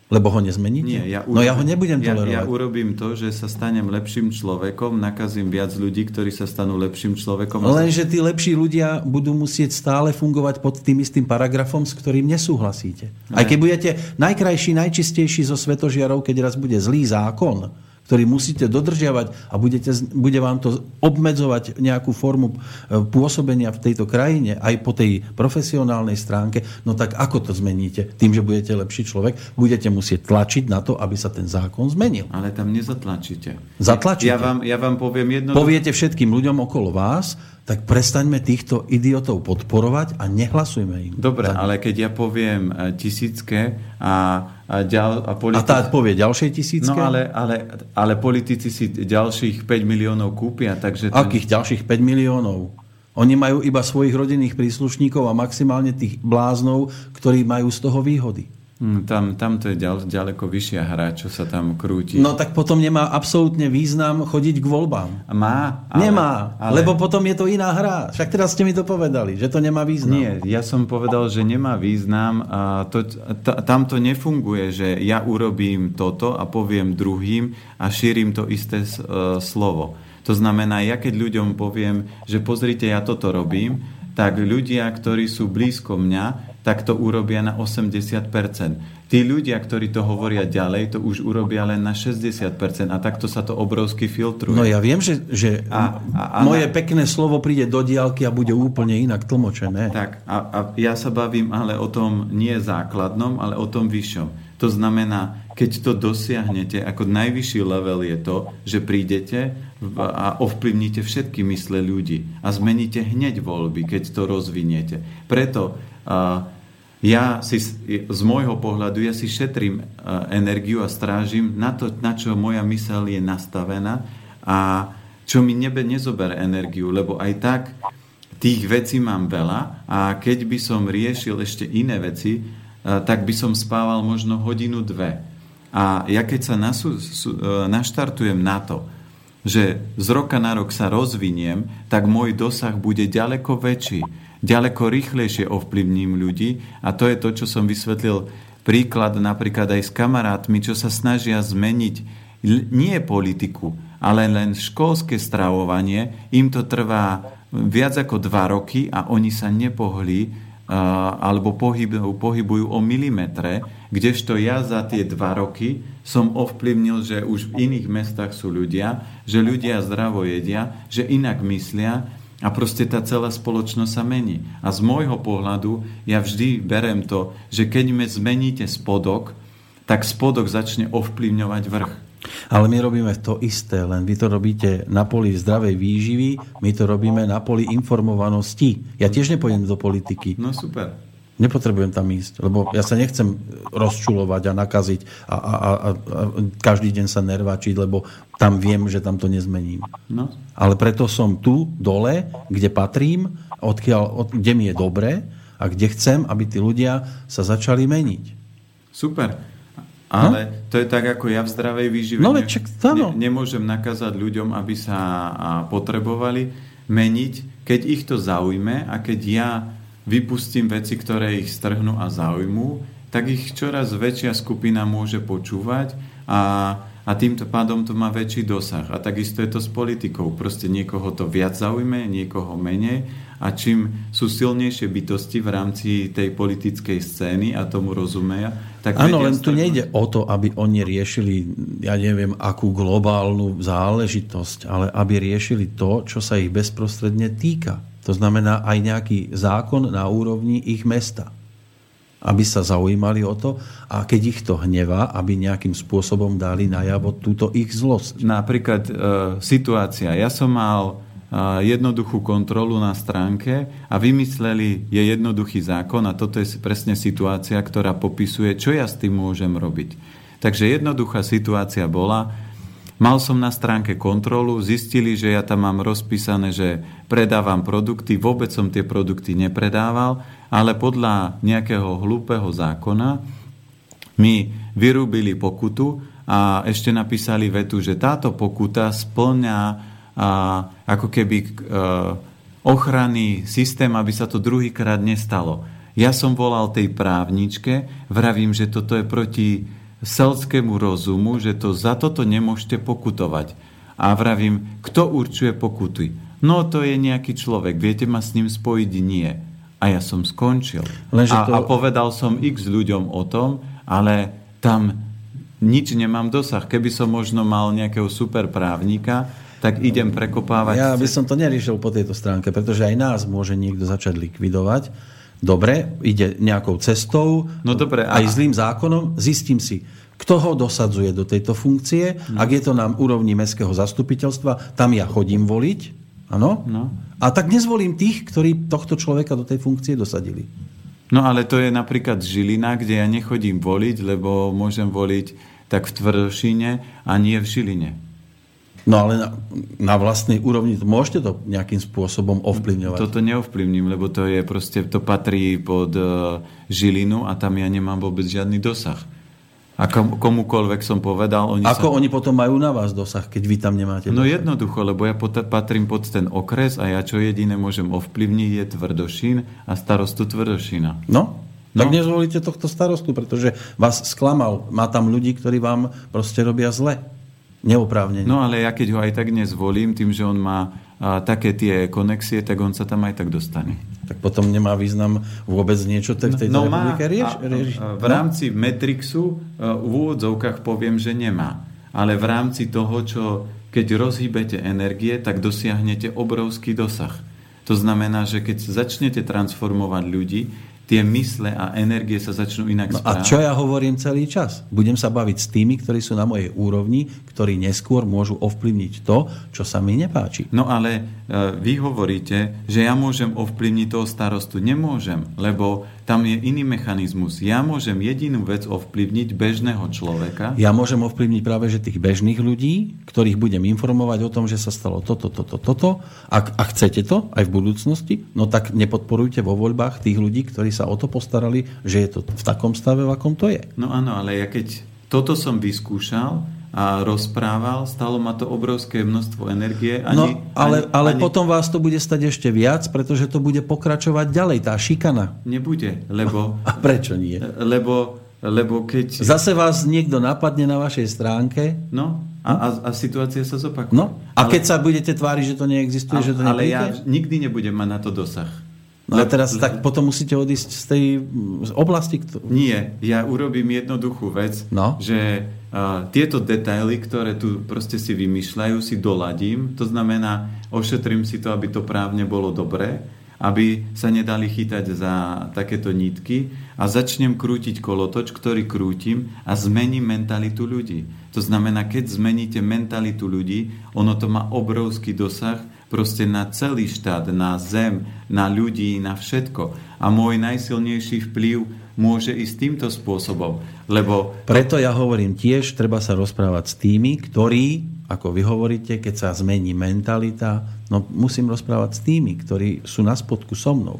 A: Lebo ho nezmeníte?
B: Nie, ja urobím,
A: no ja ho nebudem
B: ja,
A: tolerovať.
B: Ja urobím to, že sa stanem lepším človekom, nakazím viac ľudí, ktorí sa stanú lepším človekom.
A: Lenže tí lepší ľudia budú musieť stále fungovať pod tým istým paragrafom, s ktorým nesúhlasíte. Aj keď budete najkrajší, najčistejší zo svetožiarov, keď raz bude zlý zákon, ktorý musíte dodržiavať a budete, bude vám to obmedzovať nejakú formu pôsobenia v tejto krajine, aj po tej profesionálnej stránke, no tak ako to zmeníte? Tým, že budete lepší človek, budete musieť tlačiť na to, aby sa ten zákon zmenil.
B: Ale tam nezatlačíte.
A: Zatlačíte.
B: Ja vám, ja vám poviem jedno...
A: Poviete všetkým ľuďom okolo vás, tak prestaňme týchto idiotov podporovať a nehlasujme im.
B: Dobre, ale keď ja poviem tisícke a, a, ďal, a politici...
A: A tá povie ďalšej tisícke?
B: No ale, ale, ale politici si ďalších päť miliónov kúpia, takže... Ten...
A: Akých ďalších päť miliónov? Oni majú iba svojich rodinných príslušníkov a maximálne tých bláznov, ktorí majú z toho výhody.
B: Hmm, tam, tam to je ďal, ďaleko vyššia hra, čo sa tam krúti.
A: No tak potom nemá absolútne význam chodiť k voľbám.
B: Má. Ale,
A: nemá,
B: ale...
A: lebo potom je to iná hra. Však teraz ste mi to povedali, že to nemá význam.
B: Nie, ja som povedal, že nemá význam. A to, t- tam to nefunguje, že ja urobím toto a poviem druhým a šírim to isté uh, slovo. To znamená, ja keď ľuďom poviem, že pozrite, ja toto robím, tak ľudia, ktorí sú blízko mňa, tak to urobia na osemdesiat percent. Tí ľudia, ktorí to hovoria ďalej, to už urobia len na šesťdesiat percent a takto sa to obrovsky filtruje.
A: No ja viem, že, že
B: a, a, a
A: moje
B: na...
A: pekné slovo príde do diaľky a bude úplne inak tlmočené.
B: Tak, a, a ja sa bavím ale o tom nie základnom, ale o tom vyššom. To znamená, keď to dosiahnete, ako najvyšší level je to, že prídete a ovplyvníte všetky mysle ľudí a zmeníte hneď voľby, keď to rozviniete. Preto uh, ja si, z môjho pohľadu, ja si šetrím uh, energiu a strážim na to, na čo moja myseľ je nastavená a čo mi nebe nezobere energiu, lebo aj tak tých vecí mám veľa a keď by som riešil ešte iné veci, uh, tak by som spával možno hodinu, dve. A ja keď sa nasu, su, uh, naštartujem na to, že z roka na rok sa rozviniem, tak môj dosah bude ďaleko väčší. Ďaleko rýchlejšie ovplyvním ľudí a to je to, čo som vysvetlil príklad napríklad aj s kamarátmi, čo sa snažia zmeniť nie politiku, ale len školské stravovanie. Im to trvá viac ako dva roky a oni sa nepohli alebo pohybujú, pohybujú o milimetre, kdežto ja za tie dva roky som ovplyvnil, že už v iných mestách sú ľudia, že ľudia zdravo jedia, že inak myslia a proste tá celá spoločnosť sa mení. A z môjho pohľadu ja vždy berem to, že keď me zmeníte spodok, tak spodok začne ovplyvňovať vrch.
A: Ale my robíme to isté, len vy to robíte na poli zdravej výživy, my to robíme na poli informovanosti. Ja tiež nepôjdem do politiky.
B: No super.
A: Nepotrebujem tam ísť, lebo ja sa nechcem rozčulovať a nakaziť a, a, a, a každý deň sa nerváčiť, lebo tam viem, že tam to nezmením.
B: No.
A: Ale preto som tu, dole, kde patrím, odkiaľ, od, kde mi je dobre a kde chcem, aby tí ľudia sa začali meniť.
B: Super. Ale no? To je tak, ako ja v zdravej výžive
A: no,
B: ne,
A: čak,
B: ne, nemôžem nakázať ľuďom, aby sa potrebovali meniť, keď ich to zaujme a keď ja vypustím veci, ktoré ich strhnú a zaujmú, tak ich čoraz väčšia skupina môže počúvať a, a týmto pádom to má väčší dosah. A takisto je to s politikou. Proste niekoho to viac zaujme, niekoho menej a čím sú silnejšie bytosti v rámci tej politickej scény a tomu rozumeja, tak
A: áno, len
B: strhnúť.
A: tu nejde o to, aby oni riešili, ja neviem, akú globálnu záležitosť, ale aby riešili to, čo sa ich bezprostredne týka. To znamená aj nejaký zákon na úrovni ich mesta. Aby sa zaujímali o to a keď ich to hnevá, aby nejakým spôsobom dali najavo túto ich zlosť.
B: Napríklad e, situácia. Ja som mal e, jednoduchú kontrolu na stránke a vymysleli je jednoduchý zákon a toto je presne situácia, ktorá popisuje, čo ja s tým môžem robiť. Takže jednoduchá situácia bola, mal som na stránke kontrolu, zistili, že ja tam mám rozpísané, že predávam produkty, vôbec som tie produkty nepredával, ale podľa nejakého hlúpeho zákona mi vyrúbili pokutu a ešte napísali vetu, že táto pokuta spĺňa a, ako keby a, ochranný systém, aby sa to druhýkrát nestalo. Ja som volal tej právničke, vravím, že toto je proti selskému rozumu, že to za toto nemôžete pokutovať. A vravím, kto určuje pokuty? No to je nejaký človek, viete ma s ním spojiť? Nie. A ja som skončil. A, to... a povedal som x ľuďom o tom, ale tam nič nemám dosah. Keby som možno mal nejakého super právnika, tak idem prekopávať.
A: Ja by som to neriešil po tejto stránke, pretože aj nás môže niekto začať likvidovať. Dobre, ide nejakou cestou,
B: no dobre,
A: aj a... zlým zákonom, zistím si, kto ho dosadzuje do tejto funkcie. No. Ak je to na úrovni mestského zastupiteľstva, tam ja chodím voliť. Áno?
B: No.
A: A tak nezvolím tých, ktorí tohto človeka do tej funkcie dosadili.
B: No ale to je napríklad Žilina, kde ja nechodím voliť, lebo môžem voliť tak v Tvrdošíne a nie v Žiline.
A: No ale na, na vlastnej úrovni môžete to nejakým spôsobom ovplyvňovať.
B: Toto neovplyvním, lebo to je proste, to patrí pod uh, Žilinu a tam ja nemám vôbec žiadny dosah. A kom, komukoľvek som povedal... Oni
A: Ako
B: sa...
A: oni potom majú na vás dosah, keď vy tam nemáte dosah?
B: No jednoducho, lebo ja pot- patrím pod ten okres a ja čo jediné môžem ovplyvniť je Tvrdošín a starostu Tvrdošína.
A: No, no, tak nezvolíte tohto starostu, pretože vás sklamal. Má tam ľudí, ktorí vám proste robia zle. Neoprávnene.
B: No ale ja keď ho aj tak nezvolím, tým, že on má a, také tie konexie, tak on sa tam aj tak dostane.
A: Tak potom nemá význam vôbec niečo tak v tejto
B: no,
A: republike rieš?
B: A, a, v rámci no? Matrixu a, v úvodzovkách poviem, že nemá. Ale v rámci toho, čo keď rozhýbete energie, tak dosiahnete obrovský dosah. To znamená, že keď začnete transformovať ľudí, tie mysle a energie sa začnú inak
A: no
B: správať.
A: A čo ja hovorím celý čas? Budem sa baviť s tými, ktorí sú na mojej úrovni, ktorí neskôr môžu ovplyvniť to, čo sa mi nepáči.
B: No ale uh, vy hovoríte, že ja môžem ovplyvniť toho starostu. Nemôžem, lebo tam je iný mechanizmus. Ja môžem jedinú vec ovplyvniť bežného človeka.
A: Ja môžem ovplyvniť práve že tých bežných ľudí, ktorých budem informovať o tom, že sa stalo toto, toto, toto. Ak, ak chcete to aj v budúcnosti, no tak nepodporujte vo voľbách tých ľudí, ktorí sa o to postarali, že je to v takom stave, v akom to je.
B: No áno, ale ja keď toto som vyskúšal a rozprával, stalo ma to obrovské množstvo energie. Ani,
A: no, ale,
B: ani,
A: ale
B: ani...
A: potom vás to bude stať ešte viac, pretože to bude pokračovať ďalej, tá šikana.
B: Nebude, lebo...
A: A prečo nie?
B: Lebo, lebo keď...
A: Zase vás niekto napadne na vašej stránke.
B: No, a, a, a situácia sa zopakuje.
A: No, a
B: ale,
A: keď sa budete tváriť, že to neexistuje,
B: a,
A: že to
B: ale
A: nepríde?
B: ja nikdy nebudem mať na to dosah.
A: No a teraz le... tak potom musíte odísť z tej oblasti. Ktorú...
B: Nie, ja urobím jednoduchú vec,
A: no?
B: že uh, tieto detaily, ktoré tu proste si vymýšľajú, si doladím. To znamená, ošetrím si to, aby to právne bolo dobré, aby sa nedali chytať za takéto nitky a začnem krútiť kolotoč, ktorý krútim a zmením mentalitu ľudí. To znamená, keď zmeníte mentalitu ľudí, ono to má obrovský dosah proste na celý štát, na zem, na ľudí, na všetko. A môj najsilnejší vplyv môže ísť týmto spôsobom, lebo...
A: Preto ja hovorím tiež, treba sa rozprávať s tými, ktorí, ako vy hovoríte, keď sa zmení mentalita, no musím rozprávať s tými, ktorí sú na spodku so mnou.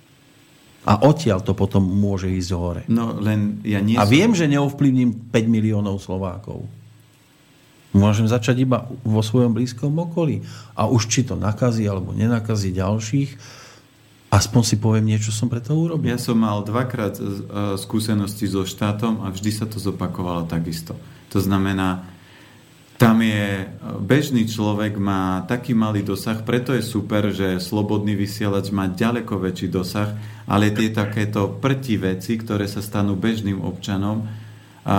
A: A odtiaľ to potom môže ísť hore.
B: No len ja nie
A: A
B: som...
A: viem, že neovplyvním päť miliónov Slovákov. Môžem začať iba vo svojom blízkom okolí. A už či to nakazí alebo nenakazí ďalších, aspoň si poviem niečo, som preto urobil.
B: Ja som mal dvakrát skúsenosti so štátom a vždy sa to zopakovalo takisto. To znamená, tam je bežný človek, má taký malý dosah, preto je super, že slobodný vysielač má ďaleko väčší dosah, ale tie takéto prti veci, ktoré sa stanú bežným občanom, a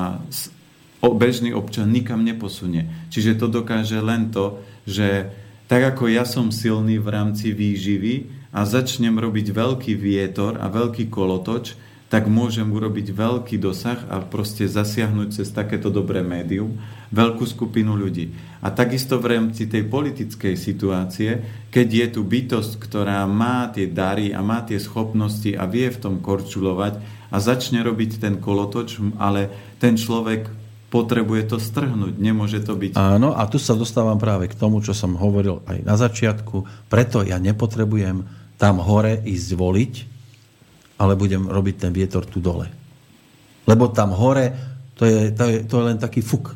B: bežný občan nikam neposunie. Čiže to dokáže len to, že tak ako ja som silný v rámci výživy a začnem robiť veľký vietor a veľký kolotoč, tak môžem urobiť veľký dosah a proste zasiahnuť cez takéto dobré médium veľkú skupinu ľudí. A takisto v rámci tej politickej situácie, keď je tu bytosť, ktorá má tie dary a má tie schopnosti a vie v tom korčulovať a začne robiť ten kolotoč, ale ten človek potrebuje to strhnúť, nemôže to byť...
A: Áno, a tu sa dostávam práve k tomu, čo som hovoril aj na začiatku. Preto ja nepotrebujem tam hore ísť voliť, ale budem robiť ten vietor tu dole. Lebo tam hore to je, to je, to je len taký fuk.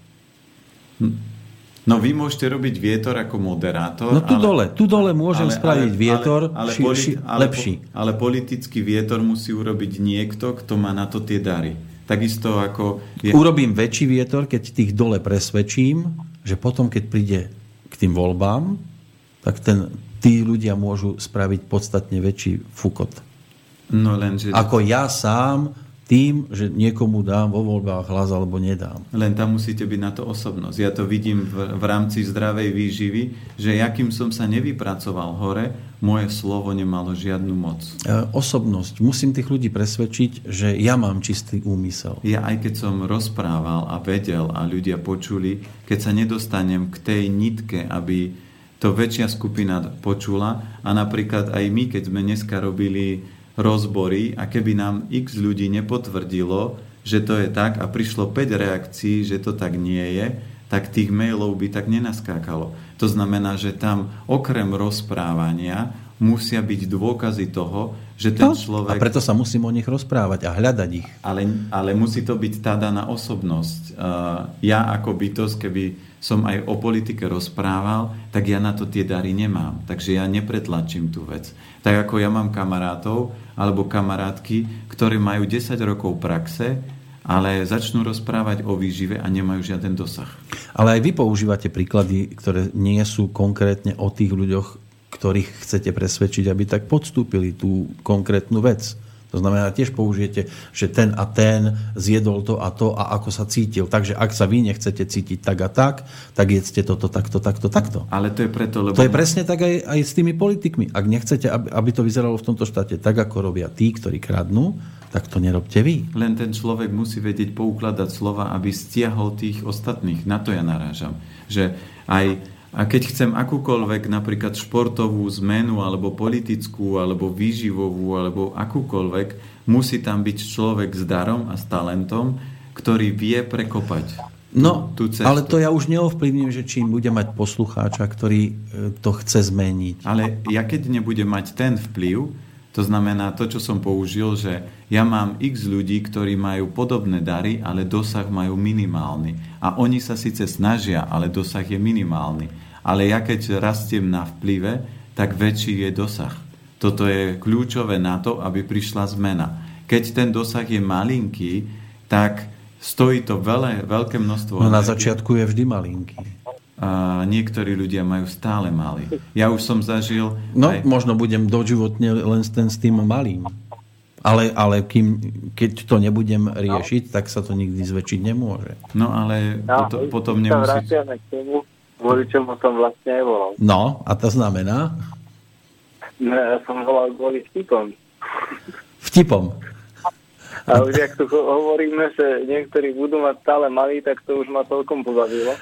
B: No vy môžete robiť vietor ako moderátor.
A: No tu
B: ale,
A: dole, tu dole môžem
B: ale,
A: spraviť
B: ale,
A: vietor
B: ale, ale,
A: ši,
B: politi-
A: ši,
B: ale,
A: lepší.
B: Ale politický vietor musí urobiť niekto, kto má na to tie dary. Takisto ako... Je...
A: Urobím väčší vietor, keď tých dole presvedčím, že potom, keď príde k tým voľbám, tak ten, tí ľudia môžu spraviť podstatne väčší fukot.
B: No len, že...
A: Ako ja sám tým, že niekomu dám vo voľbách hlas alebo nedám.
B: Len tam musíte byť na to osobnosť. Ja to vidím v, v rámci zdravej výživy, že jakým som sa nevypracoval hore, moje slovo nemalo žiadnu moc.
A: E, osobnosť. Musím tých ľudí presvedčiť, že ja mám čistý úmysel.
B: Ja aj keď som rozprával a vedel a ľudia počuli, keď sa nedostanem k tej nitke, aby to väčšia skupina počula, a napríklad aj my, keď sme dneska robili rozbory a keby nám x ľudí nepotvrdilo, že to je tak a prišlo päť reakcií, že to tak nie je, tak tých mailov by tak nenaskákalo. To znamená, že tam okrem rozprávania musia byť dôkazy toho, že ten
A: no,
B: človek...
A: A preto sa musím o nich rozprávať a hľadať ich.
B: Ale, ale musí to byť tá daná osobnosť. Uh, ja ako bytosť, keby som aj o politike rozprával, tak ja na to tie dary nemám. Takže ja nepretlačím tú vec. Tak ako ja mám kamarátov alebo kamarátky, ktorí majú desať rokov praxe, ale začnú rozprávať o výžive a nemajú žiaden dosah.
A: Ale aj vy používate príklady, ktoré nie sú konkrétne o tých ľuďoch, ktorých chcete presvedčiť, aby tak podstúpili tú konkrétnu vec. To znamená, tiež použijete, že ten a ten zjedol to a to a ako sa cítil. Takže ak sa vy nechcete cítiť tak a tak, tak jedzte toto, takto, takto, takto.
B: Ale to je preto, lebo...
A: To je presne tak aj, aj s tými politikmi. Ak nechcete, aby, aby to vyzeralo v tomto štáte tak, ako robia tí, ktorí kradnú, tak to nerobte vy.
B: Len ten človek musí vedieť poukladať slova, aby stiahol tých ostatných. Na to ja narážam. Že aj... A keď chcem akúkoľvek napríklad športovú zmenu, alebo politickú, alebo výživovú, alebo akúkoľvek, musí tam byť človek s darom a s talentom, ktorý vie prekopať
A: no,
B: tú cestu.
A: Ale to ja už neovplyvním, že čím bude mať poslucháča, ktorý to chce zmeniť.
B: Ale ja keď nebudem mať ten vplyv, to znamená to, čo som použil, že ja mám x ľudí, ktorí majú podobné dary, ale dosah majú minimálny. A oni sa síce snažia, ale dosah je minimálny. Ale ja keď rastiem na vplyve, tak väčší je dosah. Toto je kľúčové na to, aby prišla zmena. Keď ten dosah je malinký, tak stojí to veľa, veľké množstvo...
A: No na začiatku je vždy malinký.
B: A niektorí ľudia majú stále malý. Ja už som zažil...
A: No,
B: aj...
A: možno budem doživotne len ten s tým malým. Ale, ale kým, keď to nebudem riešiť, tak sa to nikdy zväčšiť nemôže.
B: No, ale
C: no,
B: potom, potom
C: nemusí...
B: nemusí...
C: Sa vraciame k tomu, kvôli čomu som vlastne aj volal.
A: No, a to znamená?
C: No, ja som volal kvôli vtipom.
A: Vtipom.
C: A už jak tu hovoríme, že niektorí budú mať stále malý, tak to už ma celkom pobavilo.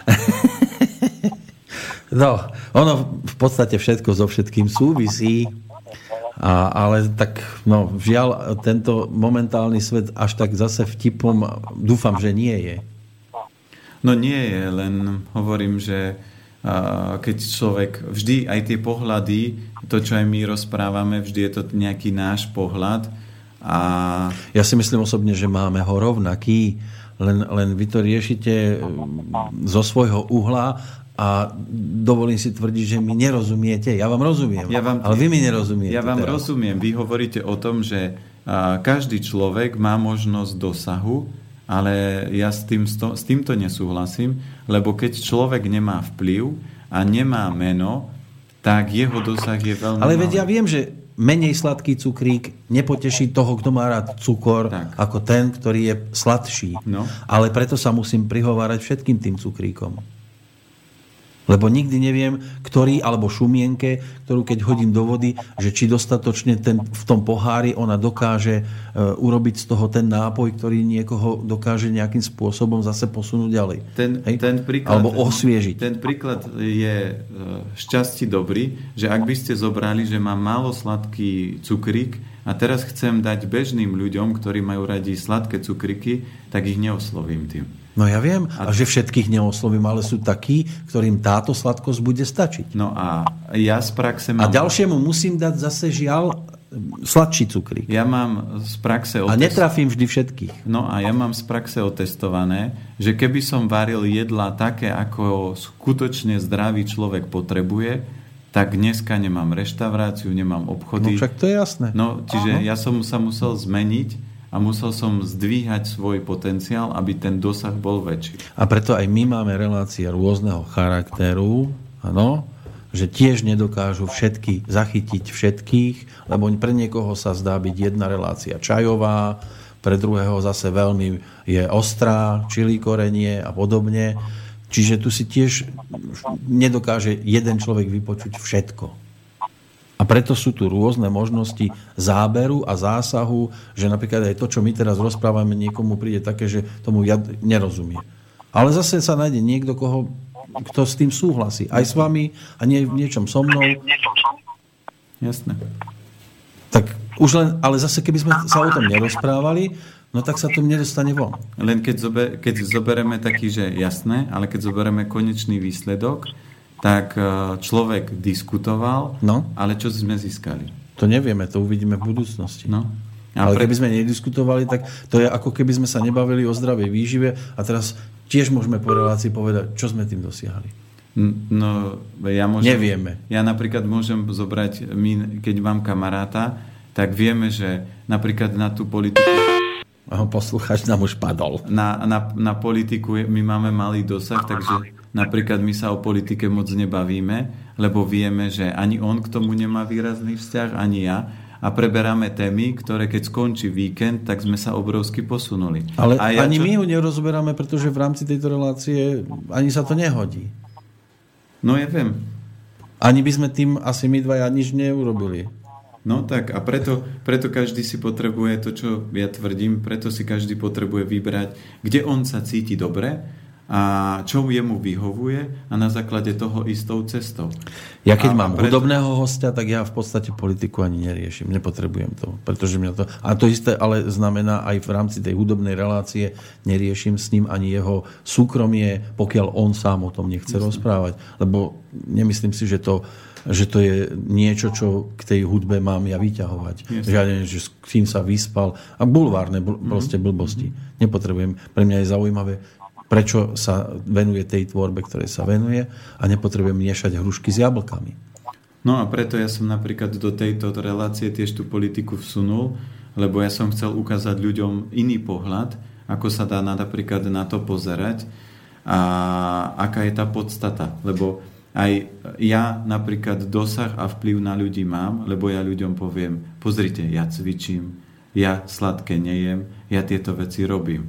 A: No, ono v podstate všetko so všetkým súvisí, a, ale tak, no, žiaľ, tento momentálny svet až tak zase vtipom dúfam, že nie je.
B: No nie je, len hovorím, že a, keď človek, vždy aj tie pohľady, to, čo aj my rozprávame, vždy je to nejaký náš pohľad. A...
A: Ja si myslím osobne, že máme ho rovnaký, len, len vy to riešite zo svojho uhla a dovolím si tvrdiť, že mi nerozumiete. Ja vám rozumiem, ja vám, ale vy mi nerozumiete.
B: Ja vám
A: teraz.
B: rozumiem. Vy hovoríte o tom, že a, každý človek má možnosť dosahu, ale ja s, tým, s týmto nesúhlasím, lebo keď človek nemá vplyv a nemá meno, tak jeho dosah je veľmi
A: Ale
B: malý.
A: veď ja viem, že menej sladký cukrík nepoteší toho, kto má rád cukor, tak. ako ten, ktorý je sladší.
B: No.
A: Ale preto sa musím prihovárať všetkým tým cukríkom. Lebo nikdy neviem, ktorý, alebo šumienke, ktorú keď hodím do vody, že či dostatočne ten, v tom pohári ona dokáže uh, urobiť z toho ten nápoj, ktorý niekoho dokáže nejakým spôsobom zase posunúť ďalej.
B: Ten, ten príklad,
A: alebo osviežiť.
B: Ten príklad je šťastí dobrý, že ak by ste zobrali, že mám málo sladký cukrík a teraz chcem dať bežným ľuďom, ktorí majú radi sladké cukríky, tak ich neoslovím tým.
A: No ja viem, a že všetkých neoslovím, ale sú takí, ktorým táto sladkosť bude stačiť.
B: No a ja z praxe mám...
A: A ďalšiemu musím dať zase žiaľ sladší cukrík.
B: Ja mám z praxe...
A: A otest... netrafím vždy všetkých.
B: No a ja mám z praxe otestované, že keby som varil jedlá také, ako skutočne zdravý človek potrebuje, tak dneska nemám reštauráciu, nemám obchody.
A: No však to je jasné.
B: No, čiže Aha. ja som sa musel zmeniť a musel som zdvíhať svoj potenciál, aby ten dosah bol väčší.
A: A preto aj my máme relácie rôzneho charakteru, áno, že tiež nedokážu všetky zachytiť všetkých, lebo pre niekoho sa zdá byť jedna relácia čajová, pre druhého zase veľmi je ostrá, čili korenie a podobne. Čiže tu si tiež nedokáže jeden človek vypočuť všetko. A preto sú tu rôzne možnosti záberu a zásahu, že napríklad aj to, čo my teraz rozprávame, niekomu príde také, že tomu ja nerozumie. Ale zase sa nájde niekto, koho, kto s tým súhlasí. Aj s vami a nie v niečom so mnou.
B: Jasné.
A: Tak už len, ale zase keby sme sa o tom nerozprávali, no tak sa to nedostane von.
B: Len keď, zober, keď zoberieme taký, že jasné, ale keď zoberieme konečný výsledok, tak človek diskutoval, no? Ale čo sme získali?
A: To nevieme, to uvidíme v budúcnosti.
B: No.
A: Ale pre... keby sme nediskutovali, tak to je ako keby sme sa nebavili o zdravej výžive a teraz tiež môžeme po relácii povedať, čo sme tým dosiahli.
B: No, ja môžem,
A: nevieme.
B: Ja napríklad môžem zobrať, my, keď mám kamaráta, tak vieme, že napríklad na tú politiku...
A: Aho, poslucháč nám už padol.
B: Na, na, na politiku my máme malý dosah, takže napríklad my sa o politike moc nebavíme, lebo vieme, že ani on k tomu nemá výrazný vzťah, ani ja. A preberáme témy, ktoré keď skončí víkend, tak sme sa obrovsky posunuli.
A: Ale
B: a ja
A: ani
B: čo...
A: my ho nerozoberáme, pretože v rámci tejto relácie ani sa to nehodí.
B: No ja viem.
A: Ani by sme tým asi my dvaja nič neurobili.
B: No tak a preto, preto každý si potrebuje to, čo ja tvrdím, preto si každý potrebuje vybrať, kde on sa cíti dobre a čo jemu vyhovuje a na základe toho istou cestou.
A: Ja keď
B: a
A: mám preto... hudobného hostia, tak ja v podstate politiku ani neriešim. Nepotrebujem to. Pretože mňa to... A to isté ale znamená aj v rámci tej hudobnej relácie neriešim s ním ani jeho súkromie, pokiaľ on sám o tom nechce Jasne. rozprávať. Lebo nemyslím si, že to že to je niečo, čo k tej hudbe mám ja vyťahovať. Yes. Že ja neviem, že s kým sa vyspal. A bulvárne bl- proste blbosti. Mm-hmm. Nepotrebujem. Pre mňa je zaujímavé, prečo sa venuje tej tvorbe, ktorej sa venuje a nepotrebujem miešať hrušky s jablkami.
B: No a preto ja som napríklad do tejto relácie tiež tú politiku vsunul, lebo ja som chcel ukázať ľuďom iný pohľad, ako sa dá napríklad na to pozerať a aká je tá podstata. Lebo aj ja napríklad dosah a vplyv na ľudí mám, lebo ja ľuďom poviem, pozrite, ja cvičím, ja sladké nejem, ja tieto veci robím.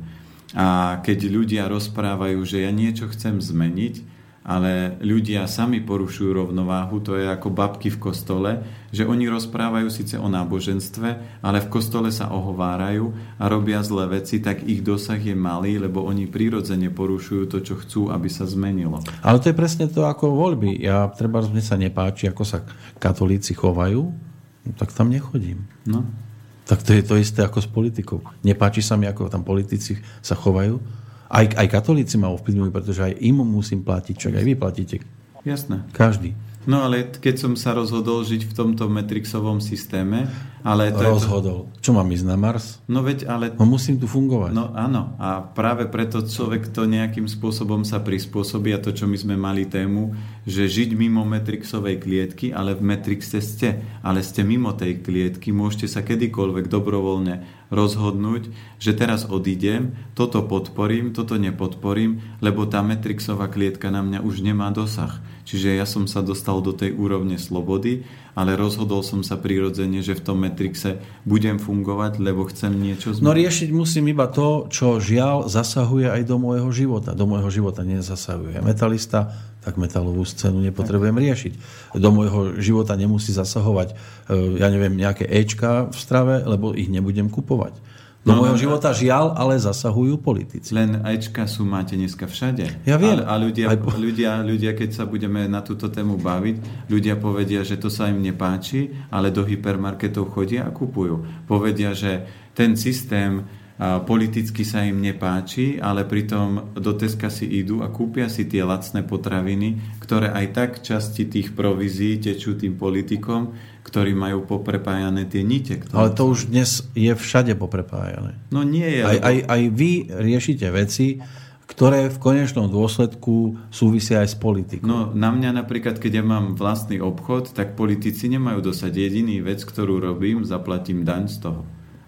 B: A keď ľudia rozprávajú, že ja niečo chcem zmeniť, ale ľudia sami porušujú rovnováhu, to je ako babky v kostole, že oni rozprávajú síce o náboženstve, ale v kostole sa ohovárajú a robia zlé veci, tak ich dosah je malý, lebo oni prirodzene porušujú to, čo chcú, aby sa zmenilo.
A: Ale to je presne to ako voľby. Ja, treba, mne sa nepáči, ako sa katolíci chovajú, tak tam nechodím.
B: No.
A: Tak to je to isté ako s politikou. Nepáči sa mi, ako tam politici sa chovajú. Aj, aj katolíci ma ovplyvňujú, pretože aj im musím platiť. Čak aj vy platíte.
B: Jasné.
A: Každý.
B: No ale keď som sa rozhodol žiť v tomto Matrixovom systéme, ale... To
A: rozhodol. To... Čo mám ísť na Mars?
B: No veď, ale...
A: No musím tu fungovať.
B: No áno. A práve preto človek to nejakým spôsobom sa prispôsobí a to, čo my sme mali tému, že žiť mimo Matrixovej klietky, ale v Matrixe ste. Ale ste mimo tej klietky, môžete sa kedykoľvek dobrovoľne rozhodnúť, že teraz odídem, toto podporím, toto nepodporím, lebo tá Matrixová klietka na mňa už nemá dosah. Čiže ja som sa dostal do tej úrovne slobody, ale rozhodol som sa prirodzene, že v tom Matrixe budem fungovať, lebo chcem niečo zmeniť.
A: No riešiť musím iba to, čo žiaľ zasahuje aj do môjho života. Do môjho života nezasahuje metalista, tak metalovú scénu nepotrebujem riešiť. Do môjho života nemusí zasahovať, ja neviem, nejaké Ečka v strave, lebo ich nebudem kupovať. Do no, môjho no, života žiaľ, ale zasahujú politici.
B: Len Ečka sú máte dneska všade.
A: Ja viem.
B: A, a ľudia, po... ľudia, ľudia, keď sa budeme na túto tému baviť, ľudia povedia, že to sa im nepáči, ale do hypermarketov chodia a kupujú. Povedia, že ten systém a politicky sa im nepáči, ale pritom do Teska si idú a kúpia si tie lacné potraviny, ktoré aj tak časti tých provízií tečú tým politikom, ktorí majú poprepájané tie nite. Ktoré...
A: Ale to už dnes je všade poprepájané.
B: No nie je.
A: Aj,
B: lebo...
A: aj, aj vy riešite veci, ktoré v konečnom dôsledku súvisia aj s politikou.
B: No na mňa napríklad, keď ja mám vlastný obchod, tak politici nemajú dosať jediný vec, ktorú robím, zaplatím daň z toho.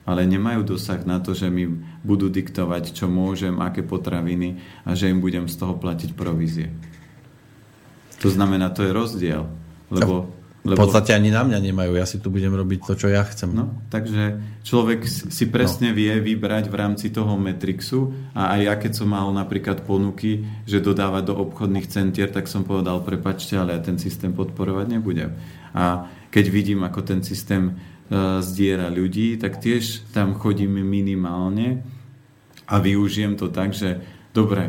B: ale nemajú dosah na to, že mi budú diktovať, čo môžem, aké potraviny a že im budem z toho platiť provízie. To znamená, to je rozdiel. Lebo,
A: v podstate ani na mňa nemajú, ja si tu budem robiť to, čo ja chcem.
B: No, takže človek si presne no. vie vybrať v rámci toho Matrixu a aj ja, keď som mal napríklad ponuky, že dodávať do obchodných centier, tak som povedal, prepáčte, ale ja ten systém podporovať nebudem. A keď vidím, ako ten systém zdiera ľudí, tak tiež tam chodím minimálne a využijem to tak, že dobre,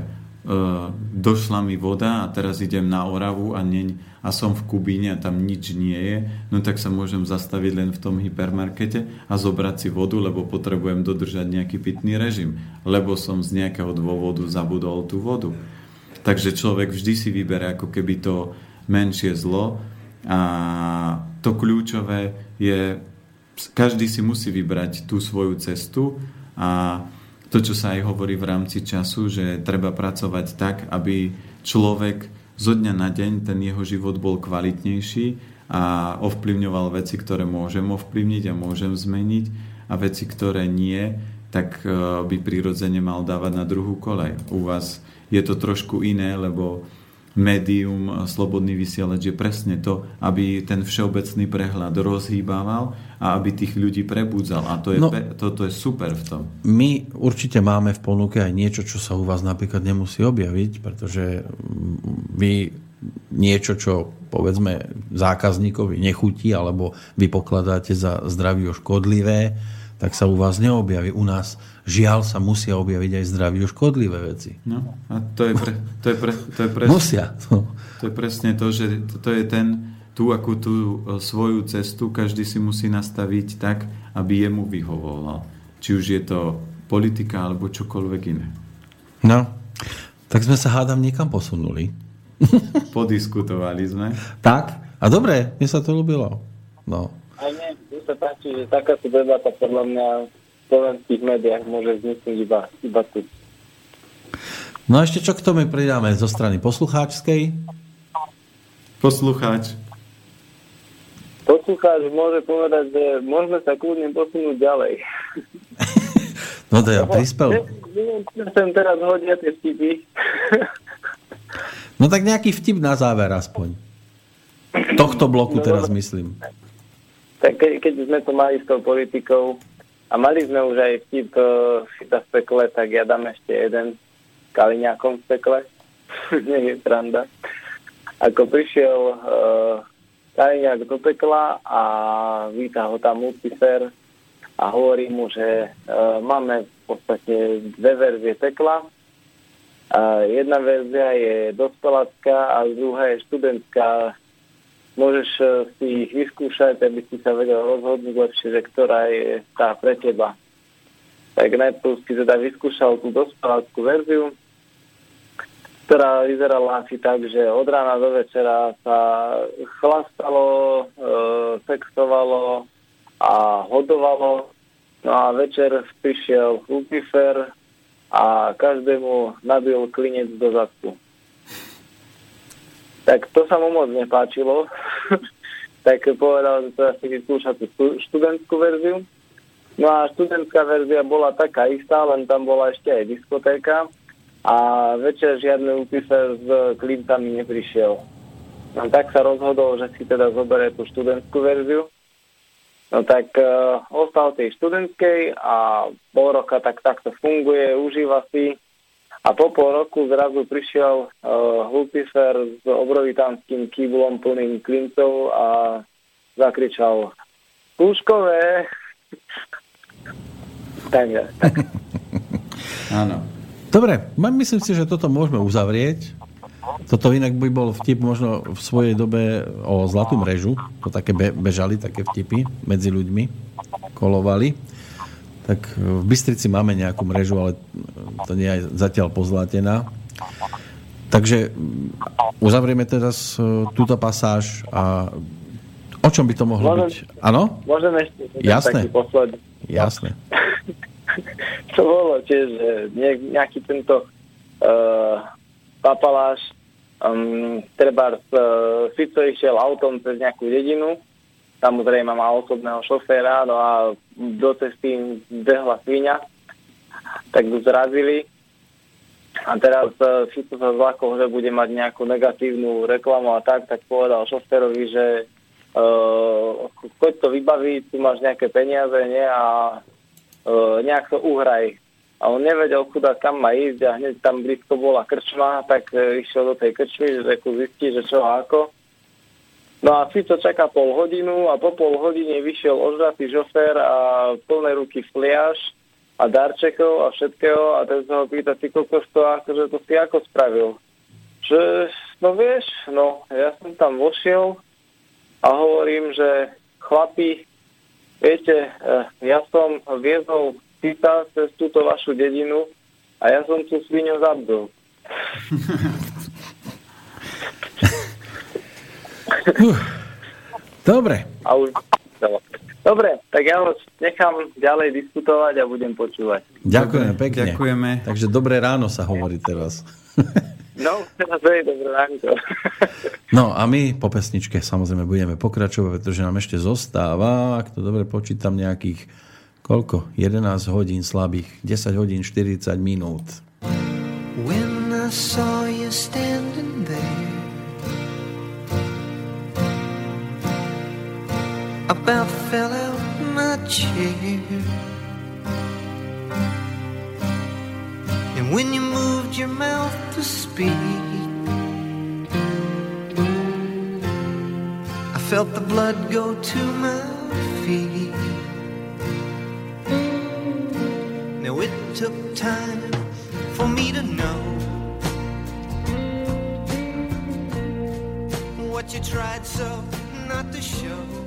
B: došla mi voda a teraz idem na Oravu a, ne, a som v Kubíne a tam nič nie je, no tak sa môžem zastaviť len v tom hypermarkete a zobrať si vodu, lebo potrebujem dodržať nejaký pitný režim, lebo som z nejakého dôvodu zabudol tú vodu. Takže človek vždy si vyberie ako keby to menšie zlo a to kľúčové je, každý si musí vybrať tú svoju cestu a to, čo sa aj hovorí v rámci času, že treba pracovať tak, aby človek zo dňa na deň ten jeho život bol kvalitnejší a ovplyvňoval veci, ktoré môžem ovplyvniť a môžem zmeniť a veci, ktoré nie, tak by prirodzene mal dávať na druhú koľaj. U vás je to trošku iné, lebo médium, slobodný vysielač je presne to, aby ten všeobecný prehľad rozhýbával a aby tých ľudí prebudzal. A to je, no, pe- toto je super v tom.
A: My určite máme v ponuke aj niečo, čo sa u vás napríklad nemusí objaviť, pretože vy niečo, čo povedzme zákazníkovi nechutí alebo vy pokladáte za zdraviu škodlivé, tak sa u vás neobjaví. U nás žiaľ sa musia objaviť aj zdraviu škodlivé veci.
B: No a to je, pre, to je, pre, to je, pres,
A: musia.
B: To je presne to, že to je ten, tú akú tú svoju cestu každý si musí nastaviť tak, aby jemu vyhovoval. Či už je to politika alebo čokoľvek iné.
A: No, tak sme sa hádam niekam posunuli.
B: Podiskutovali sme.
A: Tak, a dobre, mne sa to ľúbilo. No.
C: Aj nie, tu sa páči, že takáto debata podľa mňa v slovenských médiách môže vzniknúť iba, iba tu.
A: No a ešte čo k tomu pridáme zo strany poslucháčskej?
B: Poslucháč.
C: Poslucháč môže povedať, že môžeme sa kľudne posunúť ďalej.
A: No to ja prispel.
C: Nechcem teraz hodia tie vtipy.
A: No tak nejaký vtip na záver aspoň. Tohto bloku no, teraz myslím.
C: Tak ke, keď sme to mali s tou politikou a mali sme už aj vtip uh, Fita v pekle, tak ja dám ešte jeden Kaliňákom v pekle. Nie je sranda. Ako prišiel uh, Kaliňák do pekla a víta ho tam Lucifer a hovorí mu, že uh, máme v podstate dve verzie pekla. Uh, jedna verzia je dospelácka a druhá je študentská. Môžeš si ich vyskúšať, aby si sa vedel rozhodnúť lepšie, že ktorá je tá pre teba. Tak najprv si teda vyskúšal tú dospeláckú verziu, ktorá vyzerala asi tak, že od rána do večera sa chlastalo, e, sexovalo a hodovalo. No a večer prišiel Lucifer a každému nabil klinec do zadku. Tak to sa mu moc nepáčilo. Tak povedal, že teda si vyskúša tú študentskú verziu. No a študentská verzia bola taká istá, len tam bola ešte aj diskotéka. A večer žiadny Lucifer s klincami neprišiel. No tak sa rozhodol, že si teda zoberie tú študentskú verziu. No tak uh, ostal tej študentskej a pol roka tak takto funguje, užíva si. A po pol roku zrazu prišiel uh, Lucifer s obrovitánskym kýblom plným klincov a zakričal Púškové. Takže, tak.
B: Áno.
A: Dobre, myslím si, že toto môžeme uzavrieť. Toto inak by bol vtip možno v svojej dobe o zlatú mrežu. To také be- bežali, také vtipy medzi ľuďmi. Kolovali. Tak v Bystrici máme nejakú mrežu, ale to nie je zatiaľ pozlatená. Takže uzavrieme teraz túto pasáž a o čom by to mohlo môžem, byť? Áno?
C: Môžem ešte
A: Jasné.
C: taký posledný.
A: Jasné.
C: To bolo tiež, že nejaký tento uh, papaláš um, treba uh, Fico išiel autom cez nejakú dedinu samozrejme má osobného šoféra, no a do cesty behla sviňa, tak ju zrazili. A teraz uh, Fico sa zlakol, že bude mať nejakú negatívnu reklamu a tak, tak povedal šoférovi, že uh, choď to vybaviť, tu máš nejaké peniaze, nie, a uh, nejak to uhraj. A on nevedel, chudák, kam má ísť a hneď tam blízko bola krčma, tak uh, išiel do tej krčmy, že zistí, že čo a ako. No a Fico čaká pol hodinu a po pol hodine vyšiel ožratý šofér a plné ruky fliaš a darčekov a všetkého a ten sa ho pýta, ty kokos to, akože to si ako spravil? Že, no vieš, no ja som tam vošiel a hovorím, že chlapi, viete, ja som viezol Fica cez túto vašu dedinu a ja som tú sviňu zabdol.
A: Dobre.
C: A už... Dobre, tak ja vás nechám ďalej diskutovať a budem počúvať.
A: Ďakujeme pekne.
B: Ďakujeme.
A: Takže dobré ráno sa hovorí teraz.
C: No, teraz je dobré ráno.
A: No a my po pesničke samozrejme budeme pokračovať, pretože nám ešte zostáva, ak to dobre počítam, nejakých koľko? jedenásť hodín slabých, desať hodín štyridsať minút.
D: When I saw you standing there, about fell out my chair. And when you moved your mouth to speak, I felt the blood go to my feet. Now it took time for me to know what you tried so not to show.